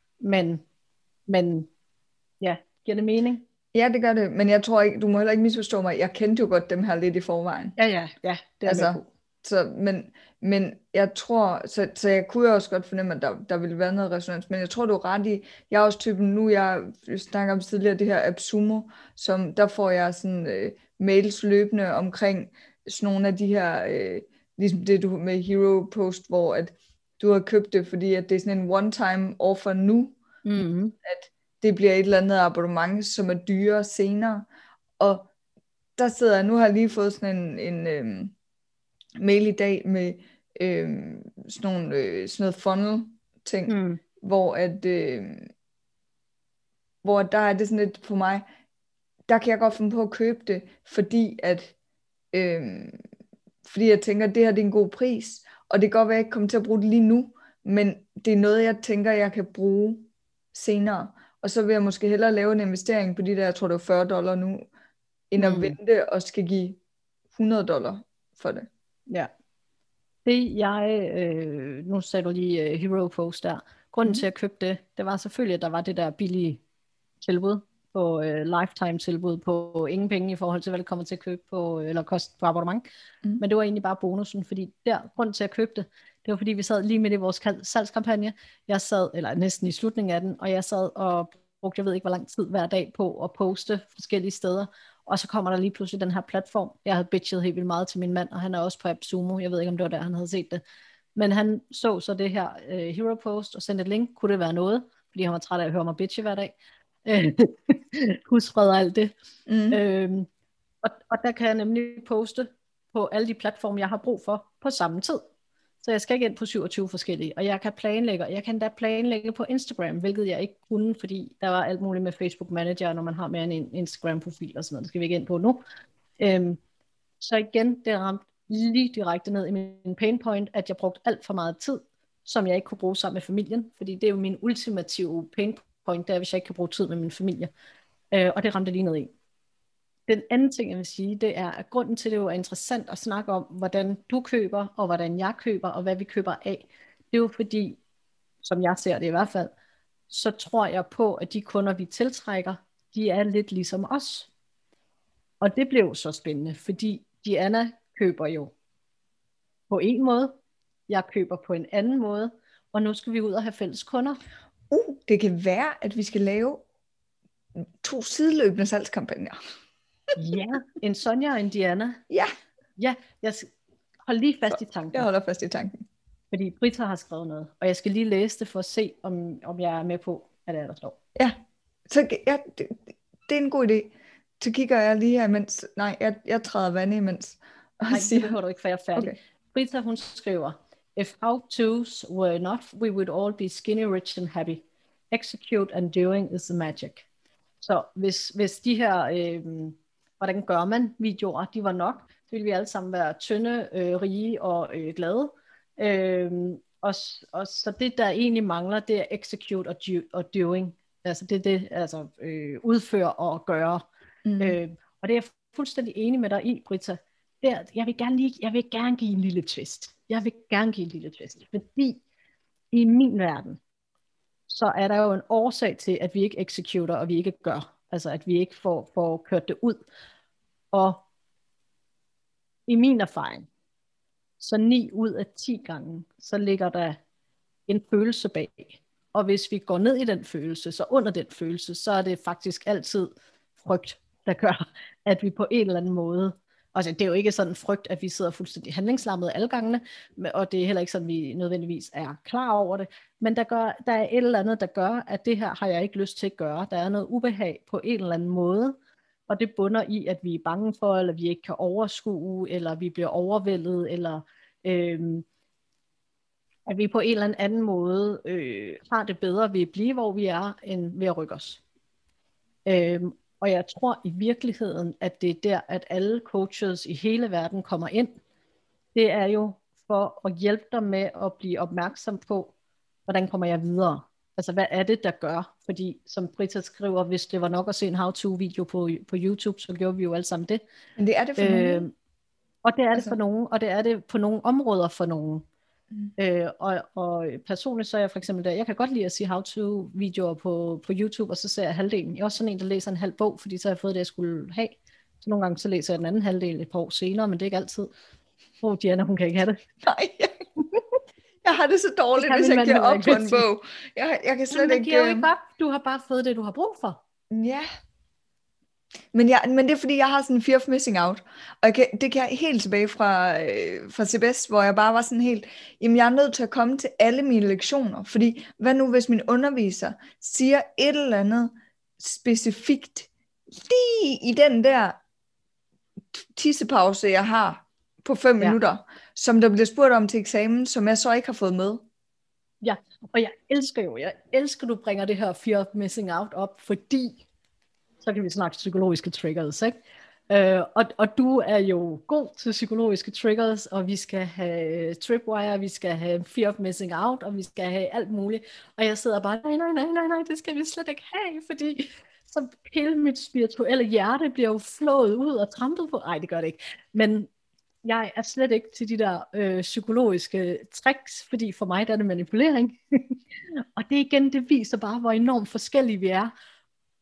Men ja, giver det mening? Ja, det gør det, men jeg tror ikke, du må heller ikke misforstå mig. Jeg kendte jo godt dem her lidt i forvejen. Ja, det er altså, med på. Så, men jeg tror, så jeg kunne også godt fornemme, at der ville være noget resonans, men jeg tror, du er ret i, jeg er også typen, nu jeg snakker om tidligere, det her AppSumo, som der får jeg sådan mails løbende omkring sådan nogle af de her, ligesom det du med Hero Post, hvor at du har købt det, fordi at det er sådan en one-time offer nu, at det bliver et eller andet abonnement, som er dyrere senere, og der sidder jeg, nu har jeg lige fået sådan en mail i dag med sådan noget funnel ting, hvor der er det sådan lidt for mig, der kan jeg godt finde på at købe det, fordi jeg tænker, at det her det er en god pris, og det kan godt være, at jeg ikke kommer til at bruge det lige nu, men det er noget, jeg tænker, jeg kan bruge senere, og så vil jeg måske hellere lave en investering på de der, jeg tror det er $40 nu, end at vente og skal give $100 for det. Ja. Det jeg, nu sagde du lige Hero Post der, grunden til at købe det var selvfølgelig, at der var det der billige tilbud, på lifetime-tilbud på ingen penge i forhold til, hvad det kommer til at købe på, eller koste på abonnement. Men det var egentlig bare bonusen, fordi grund til at købe det var fordi, vi sad lige midt i vores salgskampagne. Jeg sad, eller næsten i slutningen af den, og jeg sad og brugte, jeg ved ikke hvor lang tid hver dag på at poste forskellige steder. Og så kommer der lige pludselig den her platform. Jeg havde bitchet helt vildt meget til min mand, og han er også på AppSumo. Jeg ved ikke, om det var der, han havde set det. Men han så det her hero post og sendte et link. Kunne det være noget? Fordi han var træt af at høre mig bitche hver dag. Husfred og alt det. Og der kan jeg nemlig poste på alle de platforme, jeg har brug for på samme tid. Så jeg skal ikke ind på 27 forskellige. Og jeg kan planlægge, og jeg kan da planlægge på Instagram, hvilket jeg ikke kunne, fordi der var alt muligt med Facebook Manager, når man har mere end en Instagram-profil og sådan noget. Det skal vi ikke ind på nu. Så igen, det ramte lige direkte ned i min pain point, at jeg brugte alt for meget tid, som jeg ikke kunne bruge sammen med familien. Fordi det er jo min ultimative pain point, det er, hvis jeg ikke kan bruge tid med min familie. Og det ramte lige ned i. Den anden ting, jeg vil sige, det er, at grunden til, det jo er interessant at snakke om, hvordan du køber, og hvordan jeg køber, og hvad vi køber af. Det er jo fordi, som jeg ser det i hvert fald, så tror jeg på, at de kunder, vi tiltrækker, de er lidt ligesom os. Og det blev så spændende, fordi Diana køber jo på en måde, jeg køber på en anden måde, og nu skal vi ud og have fælles kunder. Det kan være, at vi skal lave 2 sideløbende salgskampagner. Ja, en Sonja og en Diana. Ja. Ja, jeg holder lige fast i tanken. Jeg holder fast i tanken. Fordi Britta har skrevet noget, og jeg skal lige læse det for at se, om jeg er med på, hvad det er, der står. Ja, så ja, det er en god idé. Så kigger jeg lige her, mens... Nej, jeg træder vand imens. Nej, det behøver du ikke, for jeg er færdig. Okay. Britta, hun skriver, if how-tos were enough, we would all be skinny, rich and happy. Execute and doing is the magic. Så hvis de her... hvordan gør man videoer, de var nok, så ville vi alle sammen være tynde, rige og glade. Og så det, der egentlig mangler, det er execute og doing. Altså det er det, altså udføre og gøre. Og det er jeg fuldstændig enig med dig i, Britta. Jeg vil gerne give en lille twist. Fordi i min verden, så er der jo en årsag til, at vi ikke executer, og vi ikke gør. Altså at vi ikke får kørt det ud. Og i min erfaring, så 9 ud af 10 gange, så ligger der en følelse bag. Og hvis vi går ned i den følelse, så under den følelse, så er det faktisk altid frygt, der gør, at vi på en eller anden måde, altså det er jo ikke sådan frygt, at vi sidder fuldstændig handlingslammet alle gangene, og det er heller ikke sådan, vi nødvendigvis er klar over det, men der er et eller andet, der gør, at det her har jeg ikke lyst til at gøre. Der er noget ubehag på en eller anden måde, og det bunder i, at vi er bange for, eller vi ikke kan overskue, eller vi bliver overvældet, eller at vi på en eller anden måde har det bedre ved at blive, hvor vi er, end ved at rykke os. Og jeg tror i virkeligheden, at det er der, at alle coaches i hele verden kommer ind. Det er jo for at hjælpe dig med at blive opmærksom på, hvordan kommer jeg videre? Altså hvad er det, der gør? Fordi som Britta skriver, hvis det var nok at se en how-to-video på YouTube, så gjorde vi jo alle sammen det. Men det er det for nogen. Og det er det for nogen, og det er det på nogle områder for nogen. Og personligt så er jeg for eksempel der, jeg kan godt lide at se how-to-videoer på YouTube, og så ser jeg halvdelen. Jeg er også sådan en, der læser en halv bog, fordi så har jeg fået det, jeg skulle have. Så nogle gange så læser jeg den anden halvdel et par år senere, men det er ikke altid. Diana, hun kan ikke have det. Nej, jeg har det så dårligt, hvis jeg giver op på en bog. Jeg kan slet ikke... Jo ikke op. Du har bare fået det, du har brug for. Ja. Men det er fordi, jeg har sådan en fear of missing out. Og det kan jeg helt tilbage fra CBS, hvor jeg bare var sådan helt, jamen jeg er nødt til at komme til alle mine lektioner. Fordi hvad nu, hvis min underviser siger et eller andet specifikt, lige i den der tissepause, jeg har på 5 minutter, som der bliver spurgt om til eksamen, som jeg så ikke har fået med. Ja, og jeg elsker, du bringer det her fear of missing out op, fordi så kan vi snakke psykologiske triggers, ikke? Og du er jo god til psykologiske triggers, og vi skal have tripwire, vi skal have fear of missing out, og vi skal have alt muligt. Og jeg sidder bare, nej, det skal vi slet ikke have, fordi så hele mit spirituelle hjerte bliver jo flået ud og trampet på. Nej, det gør det ikke. Men jeg er slet ikke til de der psykologiske tricks, fordi for mig der er det manipulering. Og det igen, det viser bare, hvor enormt forskellige vi er.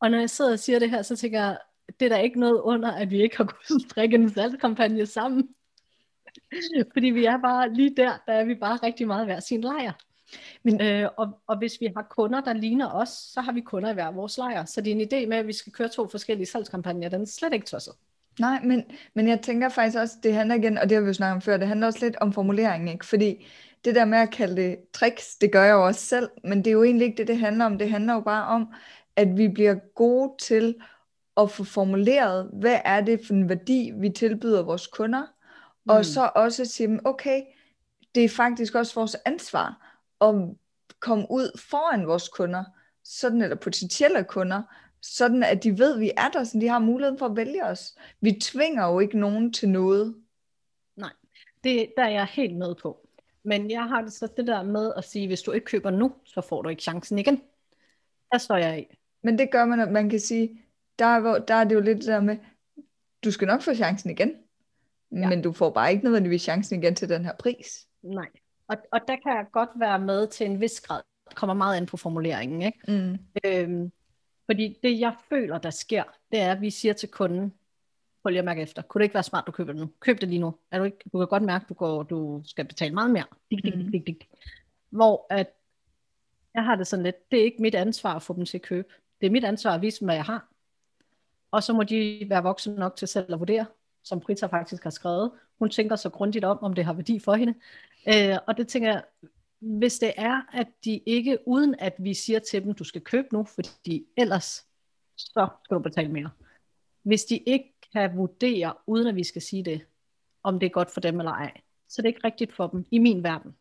Og når jeg sidder og siger det her, så tænker jeg, det er der ikke noget under, at vi ikke har kunnet strikke en salgskampagne sammen. Fordi vi er bare lige der er vi bare rigtig meget hver sin lejr. Men, og hvis vi har kunder, der ligner os, så har vi kunder i hver vores lejr. Så det er en idé med, at vi skal køre 2 forskellige salgskampagner. Den er slet ikke tosset. Nej, men jeg tænker faktisk også, det handler igen, og det har vi jo snakket om før, det handler også lidt om formuleringen, ikke? Fordi det der med at kalde det tricks, det gør jeg jo også selv, men det er jo egentlig ikke det handler om. Det handler jo bare om, at vi bliver gode til at få formuleret, hvad er det for en værdi, vi tilbyder vores kunder, og så også sige, okay, det er faktisk også vores ansvar at komme ud foran vores kunder, sådan, eller potentielle kunder, sådan at de ved, at vi er der, så de har muligheden for at vælge os. Vi tvinger jo ikke nogen til noget. Nej, der er jeg helt med på. Men jeg har det så det der med at sige, hvis du ikke køber nu, så får du ikke chancen igen. Der står jeg i. Men det gør man, at man kan sige, der er det jo lidt der med, du skal nok få chancen igen, men du får bare ikke nødvendigvis chancen igen til den her pris. Nej, og der kan jeg godt være med til en vis grad. Det kommer meget an på formuleringen, ikke? Fordi det jeg føler der sker, det er at vi siger til kunden, prøv lige at mærke efter, kunne det ikke være smart du køber det nu? Køb det lige nu. Du kan godt mærke du skal betale meget mere. Hvor at jeg har det sådan lidt, det er ikke mit ansvar at få dem til at købe. Det er mit ansvar at vise dem hvad jeg har. Og så må de være voksne nok til selv at vurdere, som Britta faktisk har skrevet. Hun tænker så grundigt om det har værdi for hende. Og det tænker jeg, hvis det er, at de ikke, uden at vi siger til dem, du skal købe nu, fordi ellers, så skal du betale mere. Hvis de ikke kan vurdere, uden at vi skal sige det, om det er godt for dem eller ej, så det er ikke rigtigt for dem, i min verden.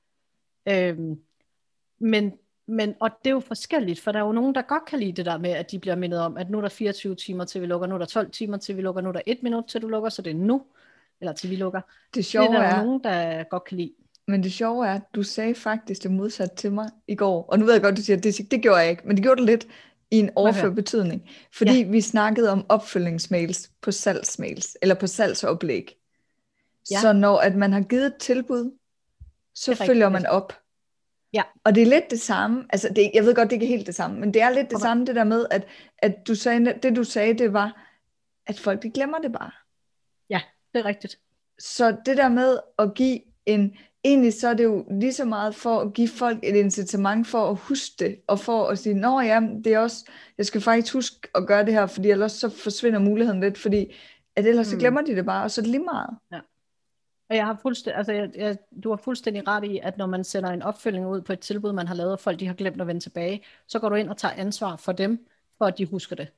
Men og det er jo forskelligt, for der er jo nogen, der godt kan lide det der med, at de bliver mindet om, at nu er der 24 timer til vi lukker, nu er der 12 timer til vi lukker, nu er der 1 minut til du lukker, så det er nu, eller til vi lukker. Det sjove det er der nogen, der godt kan lide. Men det sjove er, at du sagde faktisk det modsatte til mig i går. Og nu ved jeg godt, du siger, at det gjorde jeg ikke. Men det gjorde det lidt i en overført betydning. Fordi vi snakkede om opfølgningsmails på salgsmails. Eller på salgsoplæg. Ja. Så når at man har givet et tilbud, så følger man op. Ja. Og det er lidt det samme. Altså jeg ved godt, det ikke er helt det samme. Men det er lidt det samme det der med, at du sagde, det du sagde, det var, at folk de glemmer det bare. Ja, det er rigtigt. Så det der med at give egentlig så er det jo lige så meget for at give folk et incitament for at huske det, og for at sige, nå ja, det er også, jeg skal faktisk huske at gøre det her, fordi ellers så forsvinder muligheden lidt, fordi at ellers så glemmer de det bare, og så er det lige meget. Ja. Og jeg har du har fuldstændig ret i, at når man sender en opfølging ud på et tilbud, man har lavet, og folk de har glemt at vende tilbage, så går du ind og tager ansvar for dem, for at de husker det.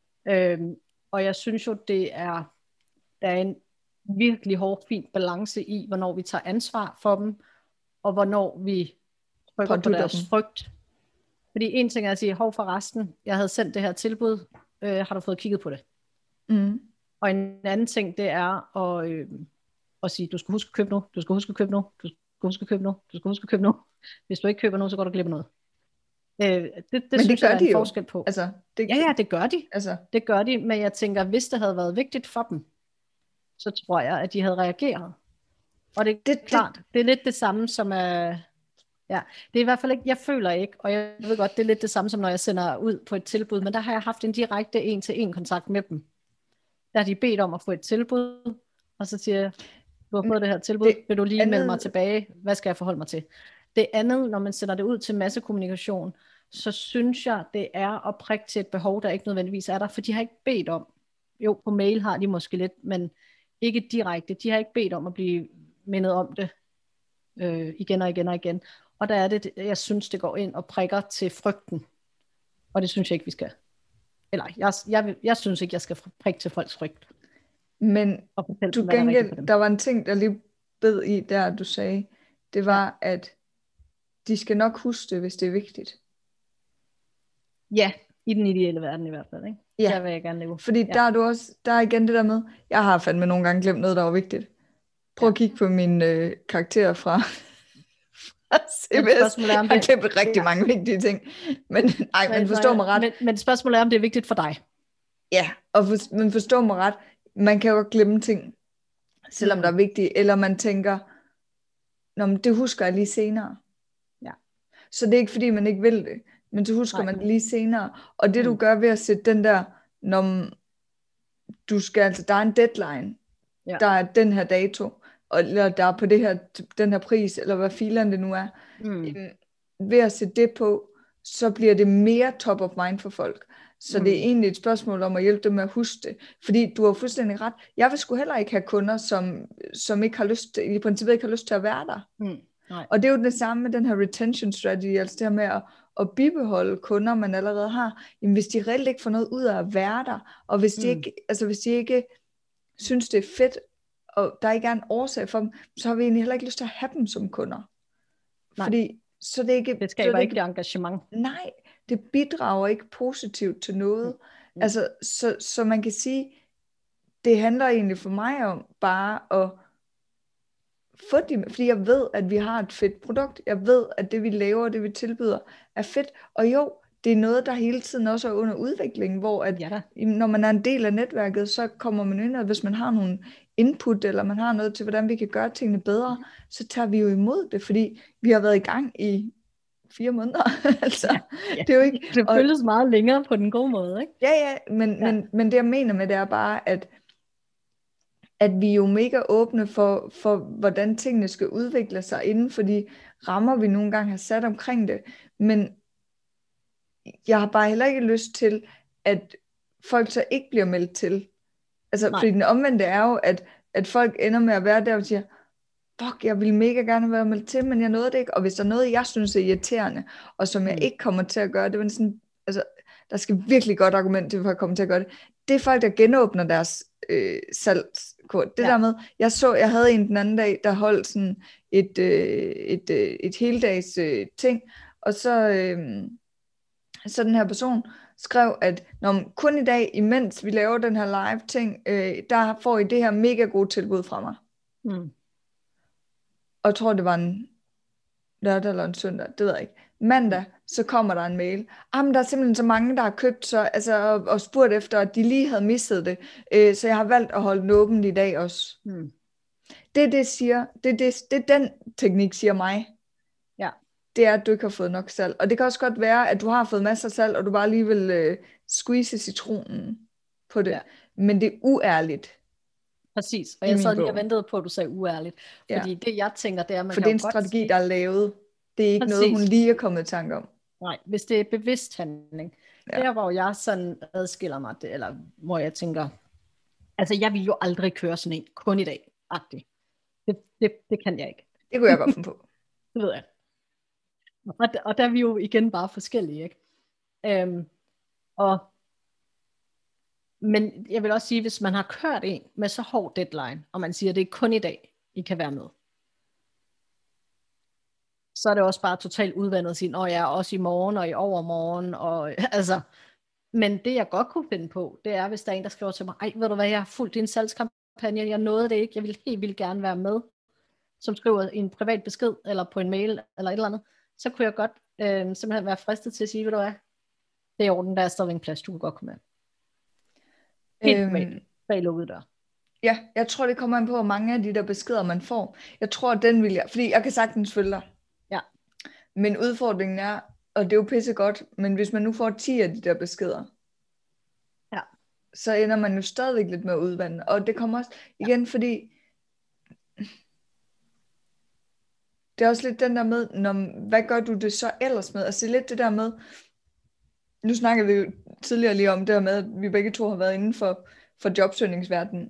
Og jeg synes jo, der er en virkelig hård, fin balance i, hvornår vi tager ansvar for dem, og hvornår vi trykker på deres frygt. Fordi en ting er at sige, hov for resten, jeg havde sendt det her tilbud, har du fået kigget på det? Og en anden ting, det er at sige, du skal huske at købe nu, du skal huske at købe nu, du skal huske at købe nu, du skal huske at købe nu. Hvis du ikke køber nu, så går du glip af noget. Det synes jeg, der er en forskel på. Altså, ja, det gør de. Altså. Det gør de, men jeg tænker, hvis det havde været vigtigt for dem, så tror jeg, at de havde reageret. Og det er klart, det er lidt det samme som ja, det er i hvert fald ikke, jeg føler ikke, og jeg ved godt, det er lidt det samme som når jeg sender ud på et tilbud, men der har jeg haft en direkte 1-til-1 kontakt med dem. Der har de bedt om at få et tilbud, og så siger jeg, du har fået det her tilbud, vil du lige melde mig tilbage, hvad skal jeg forholde mig til? Det andet, når man sender det ud til massekommunikation, så synes jeg, det er at prikke til et behov, der ikke nødvendigvis er der, for de har ikke bedt om, jo på mail har de måske lidt, men ikke direkte, de har ikke bedt om at blive mindet om det igen og igen og igen. Og der er det, jeg synes, det går ind og prikker til frygten. Og det synes jeg ikke, vi skal. Eller, jeg synes ikke, jeg skal prikke til folks frygt. Men du gengæld, der var en ting, der lige bed i, der du sagde, det var, at de skal nok huske det, hvis det er vigtigt. Ja, i den ideelle verden i hvert fald, ikke? Ja, der vil jeg gerne leve. Fordi der er du også, der er igen det der med, jeg har fandme nogle gange glemt noget, der var vigtigt. Prøv at kigge på mine karakterer fra CBS. Jeg har glemt rigtig mange vigtige ting. Men forstå mig ret. Men spørgsmålet er, om det er vigtigt for dig. Ja, men forstå mig ret. Man kan jo godt glemme ting, selvom der er vigtige. Eller man tænker, nå, men det husker jeg lige senere. Ja. Så det er ikke fordi, man ikke vil det. men så husker Nej. man det lige senere. Og det du gør ved at sætte den der, når du skal, altså der er en deadline, der er den her dato, eller der er på det her, den her pris, eller hvad filerne det nu er, ved at sætte det på, så bliver det mere top of mind for folk. Så det er egentlig et spørgsmål om at hjælpe dem med at huske det. Fordi du har fuldstændig ret. Jeg vil sgu heller ikke have kunder, som ikke har lyst til, i princippet ikke har lyst til at være der. Nej. Og det er jo det samme med den her retention strategy, altså det her med at bibeholde kunder, man allerede har. Jamen, hvis de reelt ikke får noget ud af at være der, og hvis de ikke synes, det er fedt, og der ikke er en årsag for dem, så har vi egentlig heller ikke lyst til at have dem som kunder. Nej. Fordi så det skaber ikke det engagement. Nej, det bidrager ikke positivt til noget. Altså, så man kan sige, det handler egentlig for mig om bare at få dem, fordi jeg ved, at vi har et fedt produkt. Jeg ved, at det vi laver, det vi tilbyder, er fedt. Og jo, det er noget, der hele tiden også er under udvikling, hvor at, når man er en del af netværket, så kommer man ind, og hvis man har nogle input, eller man har noget til, hvordan vi kan gøre tingene bedre, så tager vi jo imod det, fordi vi har været i gang i 4 måneder. Altså, det er jo ikke... Det føles meget længere på den gode måde, ikke? Ja, men det jeg mener med det er bare, at vi er jo mega åbne for, hvordan tingene skal udvikle sig inden for de rammer, vi nogle gange har sat omkring det. Men jeg har bare heller ikke lyst til, at folk så ikke bliver meldt til. Altså, fordi den omvendte er jo, at folk ender med at være der og siger, fuck, jeg vil mega gerne være meldt til, men jeg nåede det ikke. Og hvis der er noget, jeg synes er irriterende, og som jeg ikke kommer til at gøre, det var sådan, altså, der skal virkelig godt argument til, for at komme til at gøre det. Det er folk, der genåbner deres salgskort. Det der med, jeg havde en den anden dag, der holdt sådan et heldags ting, og så den her person skrev, at kun i dag, imens vi laver den her live ting, der får I det her mega gode tilbud fra mig. Og jeg tror, det var en lørdag eller en søndag, det ved jeg ikke. Mandag, så kommer der en mail. Men der er simpelthen så mange, der har købt og spurgt efter, at de lige havde misset det. Så jeg har valgt at holde den åben i dag også. Det siger, det den teknik siger mig. Ja. Det er, at du ikke har fået nok salg. Og det kan også godt være, at du har fået masser af salg, og du bare lige vil squeeze citronen på det. Ja. Men det er uærligt. Præcis, og jeg sad lige og ventede på, at du sagde uærligt. Fordi det jeg tænker, det er, man for det er en strategi, der er lavet. Det er ikke noget, hun lige er kommet i tanke om. Nej, hvis det er bevidst handling. Der hvor jeg sådan adskiller mig, eller hvor jeg tænker, altså jeg vil jo aldrig køre sådan en, kun i dag, agtigt. Det kan jeg ikke. Det kunne jeg godt finde på. Det ved jeg. Og der er vi jo igen bare forskellige, ikke? Men jeg vil også sige, hvis man har kørt en med så hård deadline, og man siger, at det er kun i dag, I kan være med, så er det også bare totalt udvandet at sige, jeg er også i morgen og i overmorgen. Og, altså. Men det jeg godt kunne finde på, det er, hvis der er en, der skriver til mig, ved du hvad, jeg har fulgt din salgskampagne, jeg nåede det ikke, jeg vil helt vildt gerne være med, som skriver i en privat besked, eller på en mail, eller et eller andet, så kunne jeg godt simpelthen være fristet til at sige, ved du hvad, det er i orden, der er stadig en plads, du kan godt komme med. Helt privat, bag lukket dør. Ja, jeg tror, det kommer an på, hvor mange af de der beskeder, man får. Jeg tror, den vil jeg, fordi jeg kan sagtens følge dig. Ja. Men udfordringen er, og det er jo pissegodt, men hvis man nu får 10 af de der beskeder, så ender man jo stadigvæk lidt med at udvande. Og det kommer også igen, fordi det er også lidt den der med, hvad gør du det så ellers med? Altså lidt det der med, nu snakkede vi jo tidligere lige om det her med, at vi begge to har været inden for jobsøgningsverdenen.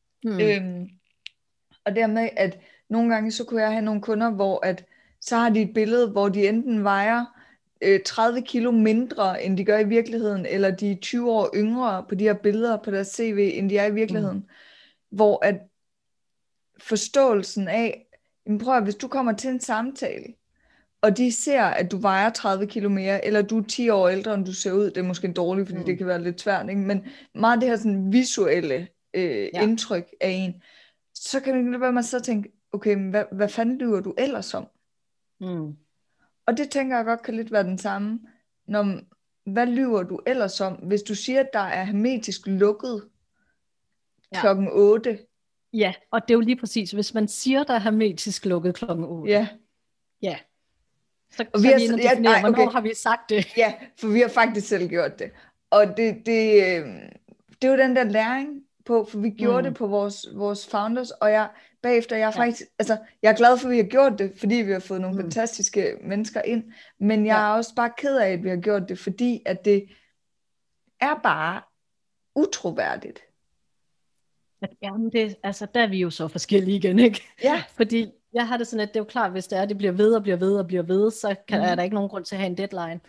Og dermed, at nogle gange så kunne jeg have nogle kunder, hvor at så har de et billede, hvor de enten vejer 30 kilo mindre, end de gør i virkeligheden, eller de er 20 år yngre på de her billeder på deres CV, end de er i virkeligheden. Hvor at forståelsen af, prøv at, hvis du kommer til en samtale, og de ser, at du vejer 30 kilo mere, eller du er 10 år ældre, end du ser ud, det er måske dårligt, fordi det kan være lidt svært, ikke? Men meget det her sådan visuelle indtryk af en, så kan man ikke være med så tænke, okay, hvad fanden lyver du ellers om? Og det tænker jeg godt kan lidt være den samme. Hvad lyver du ellers om? Hvis du siger, at der er hermetisk lukket klokken 8. Ja, og det er jo lige præcis, hvis man siger, der er hermetisk lukket klokken 8. Ja. Ja. Så vi er inde og definere, hvornår har vi sagt det? Ja, for vi har faktisk selv gjort det. Og det er jo den der læring på, for vi gjorde det på vores founders, og jeg faktisk, altså, jeg er glad for, at vi har gjort det, fordi vi har fået nogle fantastiske mennesker ind, men jeg er også bare ked af, at vi har gjort det, fordi at det er bare utroværdigt. Jamen altså, der er vi jo så forskellige igen, ikke? Ja. Fordi jeg har det sådan, at det er jo klart, hvis det bliver ved og bliver ved og bliver ved, så er der ikke nogen grund til at have en deadline.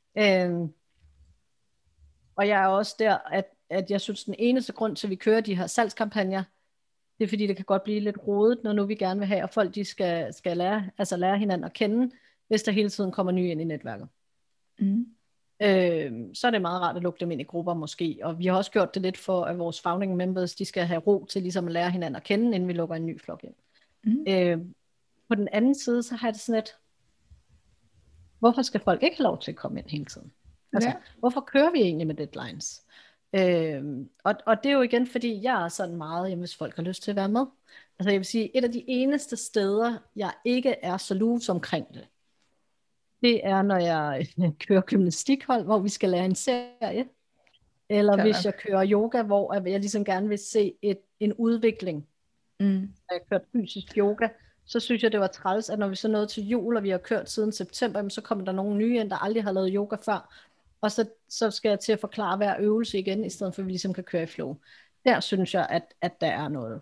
Og jeg er også der, at jeg synes, den eneste grund til, at vi kører de her salgskampagner, det er fordi, det kan godt blive lidt rodet, når nu vi gerne vil have, at folk de skal lære hinanden at kende, hvis der hele tiden kommer nye ind i netværket. Så er det meget rart at lukke dem ind i grupper måske, og vi har også gjort det lidt for, at vores founding members, de skal have ro til ligesom at lære hinanden at kende, inden vi lukker en ny flok ind. På den anden side, så har jeg det sådan lidt, hvorfor skal folk ikke have lov til at komme ind hele tiden? Altså, hvorfor kører vi egentlig med deadlines? Og det er jo igen, fordi jeg er sådan meget, hvis folk har lyst til at være med. Altså jeg vil sige, et af de eneste steder, jeg ikke er så loose omkring det er, når jeg kører gymnastikhold, hvor vi skal lære en serie. Eller hvis jeg kører yoga, hvor jeg ligesom gerne vil se en udvikling. Når jeg har kørt fysisk yoga, så synes jeg, det var træls, at når vi så nåede til jul, og vi har kørt siden september, så kommer der nogle nye ind, der aldrig har lavet yoga før. Og så skal jeg til at forklare hver øvelse igen, i stedet for at vi ligesom kan køre i flow. Der synes jeg, at der er noget.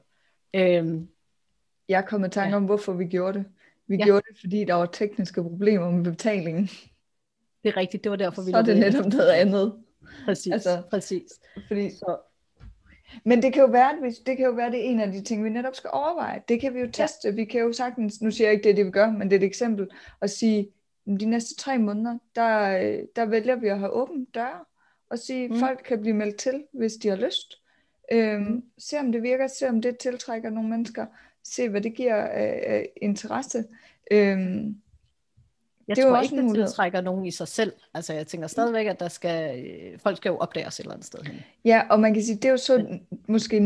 Jeg kom i tanke om, hvorfor vi gjorde det. Vi gjorde det, fordi der var tekniske problemer med betalingen. Det er rigtigt, det var derfor, vi så er det netop noget andet. Præcis, præcis. Fordi, men det kan jo være, det er en af de ting, vi netop skal overveje. Det kan vi jo teste. Vi kan jo sagtens, nu siger jeg ikke, det vi gør, men det er et eksempel, at sige, de næste 3 måneder, der vælger vi at have åbne døre, og sige, folk kan blive meldt til, hvis de har lyst. Se om det virker, se om det tiltrækker nogle mennesker, se hvad det giver af interesse. Jeg tror ikke, det tiltrækker nogen i sig selv. Altså jeg tænker stadigvæk, at folk skal jo opdage os et eller andet sted hen. Ja, og man kan sige, det er jo så måske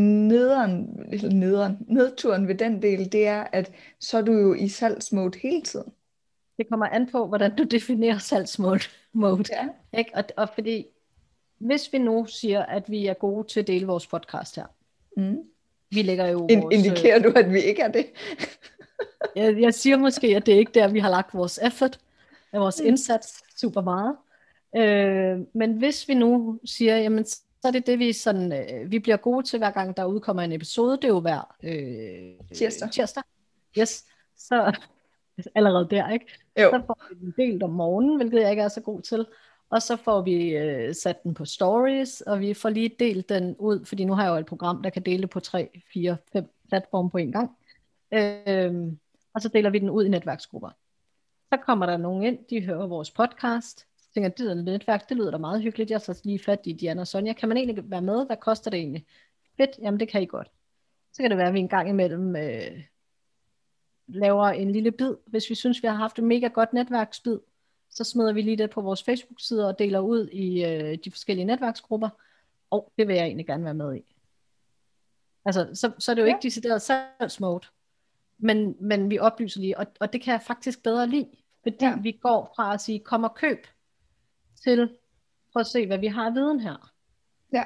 nedturen ved den del, det er, at så er du jo i salgsmode hele tiden. Det kommer an på, hvordan du definerer salgsmode. Ikke? Og fordi, hvis vi nu siger, at vi er gode til at dele vores podcast her. Vi lægger jo vores... Indikerer du, at vi ikke er det? jeg siger måske, at det er ikke der, vi har lagt vores effort, vores indsats super meget. Men hvis vi nu siger, jamen, så er det vi sådan, vi bliver gode til, hver gang der udkommer en episode. Det er jo hver tirsdag. Yes. Så allerede der, ikke? Jo. Så får vi den delt om morgenen, hvilket jeg ikke er så god til. Og så får vi sat den på stories, og vi får lige delt den ud, fordi nu har jeg jo et program, der kan dele på 3, 4, 5 platforme på en gang. Og så deler vi den ud i netværksgrupper. Så kommer der nogen ind, de hører vores podcast, tænker, det er et netværk, det lyder da meget hyggeligt, jeg så lige fat i Diana og Sonja, kan man egentlig være med, hvad koster det egentlig? Fedt, jamen det kan I godt. Så kan det være, at vi en gang imellem laver en lille bid, hvis vi synes, vi har haft et mega godt netværksbid, så smider vi lige det på vores Facebook-side og deler ud i de forskellige netværksgrupper, og det vil jeg egentlig gerne være med i. Altså, så er det jo ikke decideret salgsmode, men vi oplyser lige, og det kan jeg faktisk bedre lide, fordi vi går fra at sige, kom og køb, til prøv at se, hvad vi har af viden her. Ja.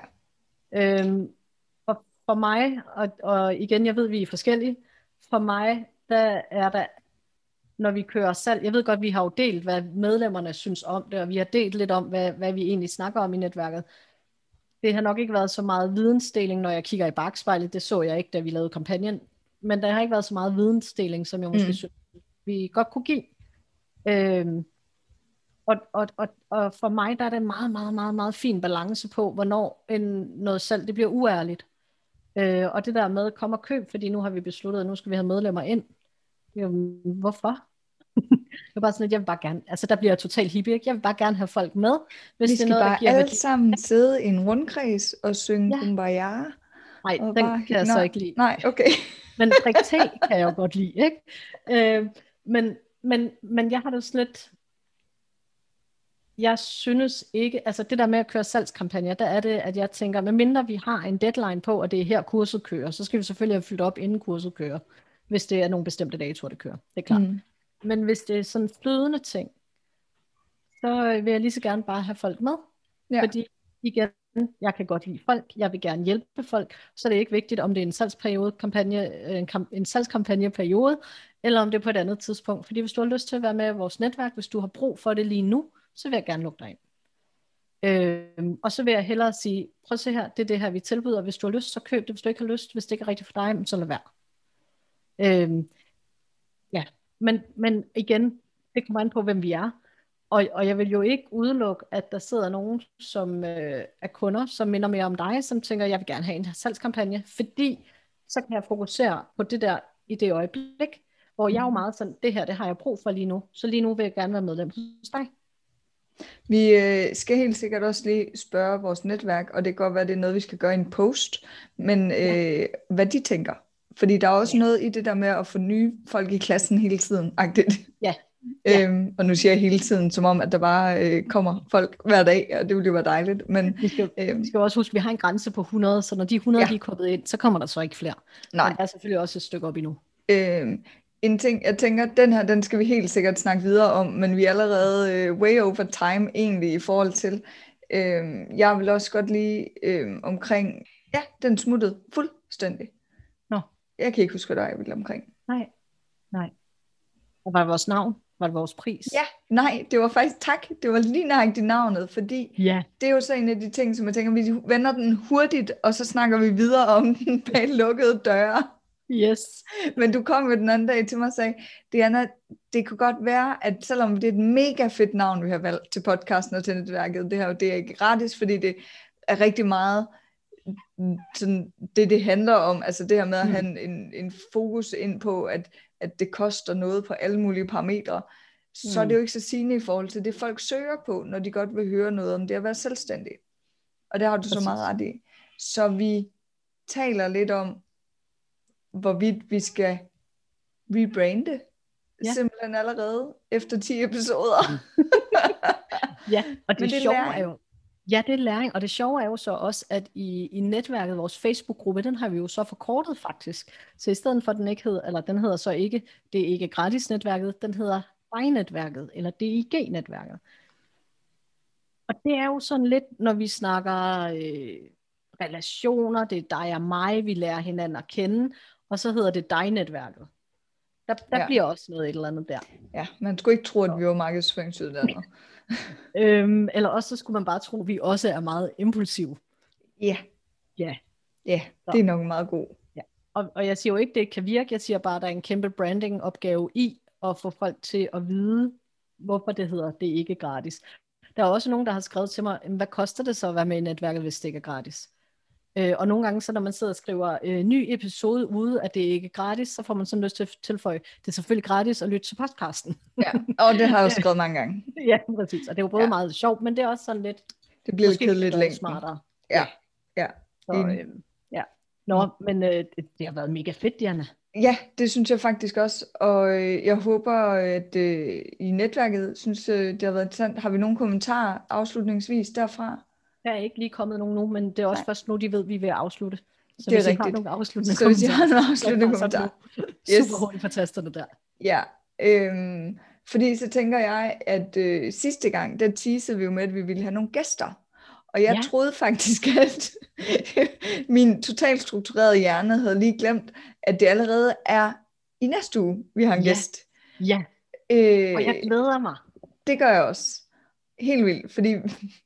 Og for mig, og igen, jeg ved, vi er forskellige, for mig, der er der, når vi kører salg, jeg ved godt, vi har jo delt, hvad medlemmerne synes om det, og vi har delt lidt om, hvad vi egentlig snakker om i netværket. Det har nok ikke været så meget vidensdeling, når jeg kigger i bakspejlet, det så jeg ikke, da vi lavede kampagnen, men der har ikke været så meget vidensdeling, som jeg måske synes, vi godt kunne give. Og for mig, der er det en meget, meget, meget, meget fin balance på, hvornår noget salg, det bliver uærligt. Og det der med, kom og køb, fordi nu har vi besluttet, at nu skal vi have medlemmer ind. Hvorfor? Det er bare sådan, at jeg vil bare gerne, altså der bliver jeg totalt hippie, ikke? Jeg vil bare gerne have folk med. Hvis vi skal det er noget, bare alle sammen sidde i en rundkreds og synge Kumbaya. Nej, den kan jeg så ikke lide. Nej, okay. Men drik te kan jeg jo godt lide, ikke? Men jeg har det slet... Jeg synes ikke, altså det der med at køre salgskampagner, der er det, at jeg tænker, medmindre vi har en deadline på, at det er her kurset kører, så skal vi selvfølgelig have fyldt op, inden kurset kører, hvis det er nogle bestemte datoer, det kører. Det er klart. Men hvis det er sådan flydende ting, så vil jeg lige så gerne bare have folk med. Ja. Fordi igen, jeg kan godt lide folk, jeg vil gerne hjælpe folk, så det er ikke vigtigt, om det er en en salgskampagneperiode, eller om det er på et andet tidspunkt. Fordi hvis du har lyst til at være med i vores netværk, hvis du har brug for det lige nu, så vil jeg gerne lukke dig ind. Og så vil jeg hellere sige, prøv at se her, det er det her, vi tilbyder. Hvis du har lyst, så køb det. Hvis du ikke har lyst, hvis det ikke er rigtigt for dig, så lad være. Ja, men igen, det kommer an på, hvem vi er. Og jeg vil jo ikke udelukke, at der sidder nogen, som er kunder, som minder mere om dig, som tænker, jeg vil gerne have en salgskampagne, fordi så kan jeg fokusere på det der i det øjeblik, hvor jeg er jo meget sådan, det her, det har jeg brug for lige nu. Så lige nu vil jeg gerne være medlem hos dig. Vi skal helt sikkert også lige spørge vores netværk, og det kan godt være, det er noget, vi skal gøre i en post, men hvad de tænker. Fordi der er også noget i det der med at få nye folk i klassen hele tiden. Ja. Og nu siger jeg hele tiden, som om, at der bare kommer folk hver dag, og det ville jo være dejligt. Men vi skal også huske, at vi har en grænse på 100, så når de 100 de er kommet ind, så kommer der så ikke flere. Nej. Men der er selvfølgelig også et stykke op endnu. En ting, jeg tænker, den skal vi helt sikkert snakke videre om, men vi er allerede way over time egentlig i forhold til. Jeg vil også godt lige omkring, den smuttede fuldstændig. Nå. Jeg kan ikke huske, hvad der er, jeg ville omkring. Nej. Og var det vores navn? Var det vores pris? Ja, nej, det var faktisk tak. Det var lige nøjagtigt navnet, fordi det er jo så en af de ting, som jeg tænker, vi vender den hurtigt, og så snakker vi videre om den bag lukkede døre. Yes. Men du kom jo den anden dag til mig og sagde, Diana, det kunne godt være, at selvom det er et mega fedt navn, vi har valgt til podcasten og til netværket, det er ikke gratis, fordi det er rigtig meget sådan, det handler om, altså det her med at have en fokus ind på, at det koster noget på alle mulige parametre, så er det jo ikke så sigende i forhold til det, folk søger på, når de godt vil høre noget om det at være selvstændig. Og det har du så meget ret i. Så vi taler lidt om, hvorvidt vi skal rebrande, simpelthen allerede efter 10 episoder. Ja, og det sjove er jo, det er læring, og det sjove er jo så også, at i netværket, vores Facebook-gruppe, den har vi jo så forkortet faktisk. Så i stedet for, at den ikke hedder, eller den hedder så ikke, det er ikke gratis-netværket, den hedder DIG-netværket, eller DIG-netværket. Og det er jo sådan lidt, når vi snakker relationer, det er dig og mig, vi lærer hinanden at kende, og så hedder det DIG-netværket. Der bliver også noget et eller andet der. Ja, man skulle ikke tro, at vi var markedsføringsuddannet. Eller også så skulle man bare tro, at vi også er meget impulsive. Ja, det er nok meget god. Ja. Og jeg siger jo ikke, det kan virke. Jeg siger bare, at der er en kæmpe branding-opgave i at få folk til at vide, hvorfor det hedder, det er ikke gratis. Der er også nogen, der har skrevet til mig, hvad koster det så at være med i netværket, hvis det ikke er gratis? Og nogle gange, så når man sidder og skriver ny episode ude, at det ikke er gratis, så får man sådan lyst til at tilføje, det er selvfølgelig gratis at lytte til podcasten. Ja, og det har jeg jo skrevet mange gange. Ja, præcis. Og det er jo både meget sjovt, men det er også sådan lidt, det bliver lidt længere. Smartere. Ja. Så, Nå, men det har været mega fedt, Diana. Ja, det synes jeg faktisk også, og jeg håber, at i netværket synes, det har været interessant. Har vi nogle kommentarer afslutningsvis derfra? Der er ikke lige kommet nogen nu, men det er også først nu, de ved, at vi er ved at afslutte. Så det er hvis rigtigt. I har nogle afsluttende kommentarer, hvis I har nogle afsluttende kommentarer. Super hurtigt på tasterne der. Ja, fordi så tænker jeg, at sidste gang, der teasede vi jo med, at vi ville have nogle gæster. Og jeg troede faktisk, at min totalt strukturerede hjerne havde lige glemt, at det allerede er i næste uge, vi har en gæst. Ja, og jeg glæder mig. Det gør jeg også. Helt vildt, fordi...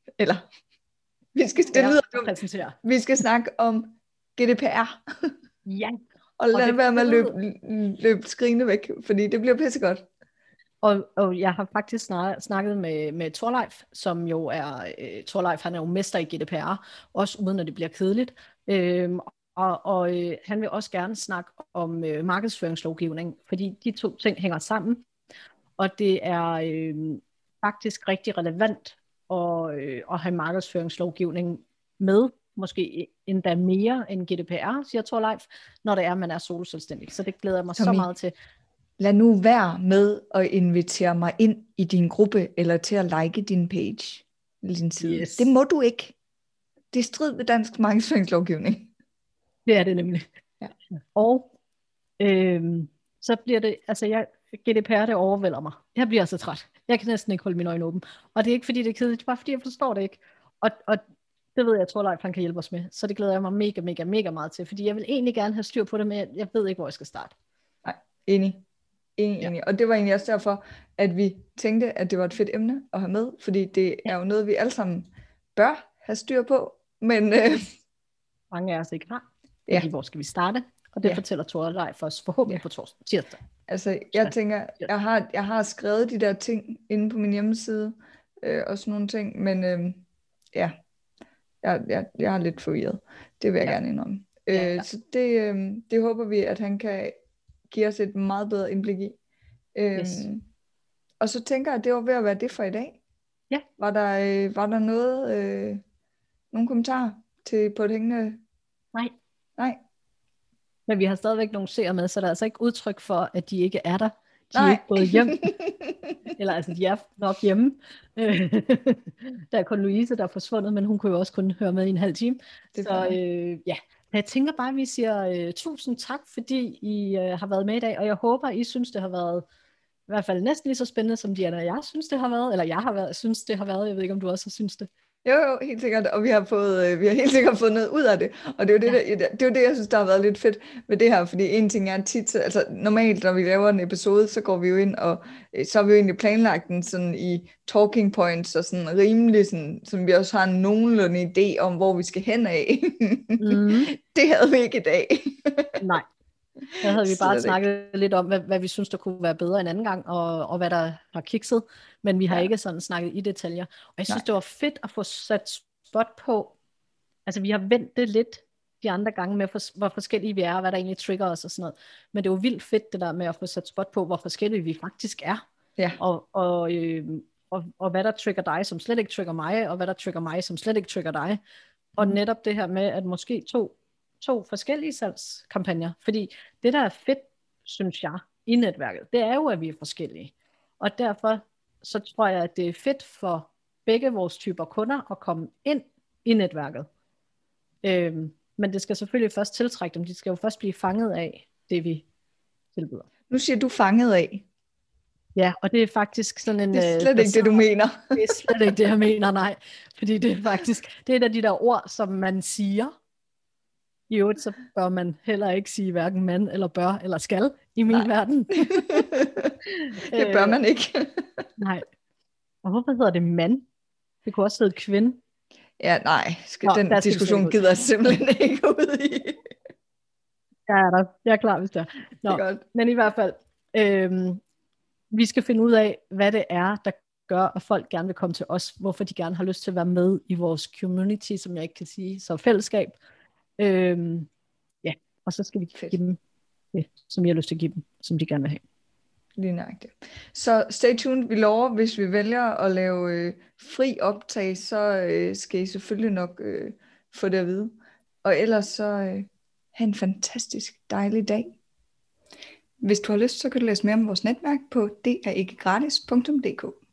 Vi skal snakke om GDPR. Ja. Og lad være med at løbe skrigende væk, fordi det bliver pissegodt. Og jeg har faktisk snakket med Thorleif, som jo er, Thorleif han er jo mester i GDPR, også uden at det bliver kedeligt. Og han vil også gerne snakke om markedsføringslovgivning, fordi de to ting hænger sammen. Og det er faktisk rigtig relevant at have markedsføringslovgivning med, måske endda mere end GDPR, siger Thorleif, når det er, at man er soloselvstændig. Så det glæder jeg mig så meget til. Lad nu være med at invitere mig ind i din gruppe, eller til at like din page, eller din side. Yes. Det må du ikke. Det er strid med dansk markedsføringslovgivning. Det er det nemlig. Ja. Og så bliver det, GDPR, det overvælder mig. Jeg bliver så træt. Jeg kan næsten ikke holde mine øjne åbne. Og det er ikke fordi, det er kedeligt, det er bare fordi, jeg forstår det ikke. Og det ved jeg, Torleif, han kan hjælpe os med. Så det glæder jeg mig mega, mega, mega meget til. Fordi jeg vil egentlig gerne have styr på det, men jeg ved ikke, hvor jeg skal starte. Nej, enig. Og det var egentlig også derfor, at vi tænkte, at det var et fedt emne at have med. Fordi det er jo noget, vi alle sammen bør have styr på. Men mange af os ikke har. Ja. Hvor skal vi starte? Og det fortæller Torleif os forhåbentlig på tirsdag. Altså, jeg tænker, jeg har skrevet de der ting inde på min hjemmeside, og sådan nogle ting, men jeg er lidt forvirret. Det vil jeg gerne indrømme. Så det håber vi, at han kan give os et meget bedre indblik i. Og så tænker jeg, at det var ved at være det for i dag. Ja. Var der noget, nogle kommentarer til på et hængende? Nej. Men vi har stadigvæk nogle seere med, så der er altså ikke udtryk for, at de ikke er der. De er ikke gået hjem. Eller altså, de er nok hjemme. Der er kun Louise, der er forsvundet, men hun kunne jo også kun høre med i en halv time. Så jeg tænker bare, at vi siger tusind tak, fordi I har været med i dag, og jeg håber, I synes, det har været i hvert fald næsten lige så spændende, som Diana og jeg synes, det har været. Eller jeg har synes, det har været. Jeg ved ikke, om du også synes det. Jo, helt sikkert, og vi har helt sikkert fået noget ud af det, og det er jo det, jeg synes, der har været lidt fedt med det her, fordi en ting er tit, altså normalt, når vi laver en episode, så går vi jo ind, og så har vi jo egentlig planlagt den sådan i talking points, og sådan rimelig sådan, så vi også har nogenlunde idé om, hvor vi skal hen af. Det havde vi ikke i dag. Nej. Der havde vi bare snakket lidt om, hvad vi synes, der kunne være bedre en anden gang, og hvad der har kikset, men vi har ikke sådan snakket i detaljer. Og jeg synes, det var fedt at få sat spot på, altså vi har vendt det lidt de andre gange med, hvor forskellige vi er, og hvad der egentlig trigger os og sådan noget. Men det var vildt fedt det der med at få sat spot på, hvor forskellige vi faktisk er. Ja. Og hvad der trigger dig, som slet ikke trigger mig, og hvad der trigger mig, som slet ikke trigger dig. Og netop det her med, at måske to forskellige salgskampagner, fordi det der er fedt, synes jeg, i netværket, det er jo, at vi er forskellige, og derfor så tror jeg, at det er fedt for begge vores typer kunder at komme ind i netværket, men det skal selvfølgelig først tiltrække dem, de skal jo først blive fanget af det, vi tilbyder. Nu siger du fanget af. Ja, og det er faktisk sådan en... Det er slet ikke det, du mener. Det er slet ikke det, jeg mener, nej, fordi det er faktisk, det er et af de der ord, som man siger. I øvrigt, så bør man heller ikke sige hverken mand, eller bør, eller skal i min verden. Det bør man ikke. Nej. Og hvorfor hedder det mand? Det kunne også hedde kvinde. Ja, nej. Den diskussion gider jeg simpelthen ikke ud i. Jeg er klar, hvis det er. Nå, det er men i hvert fald, vi skal finde ud af, hvad det er, der gør, at folk gerne vil komme til os. Hvorfor de gerne har lyst til at være med i vores community, som jeg ikke kan sige, så fællesskab. Og så skal vi give dem det, som jeg har lyst til at give dem, som de gerne vil have. Lige nøjagtigt. Så stay tuned, vi lover, hvis vi vælger at lave fri optag, så skal I selvfølgelig nok få det at vide. Og ellers så have en fantastisk dejlig dag. Hvis du har lyst, så kan du læse mere om vores netværk på derikkegratis.dk.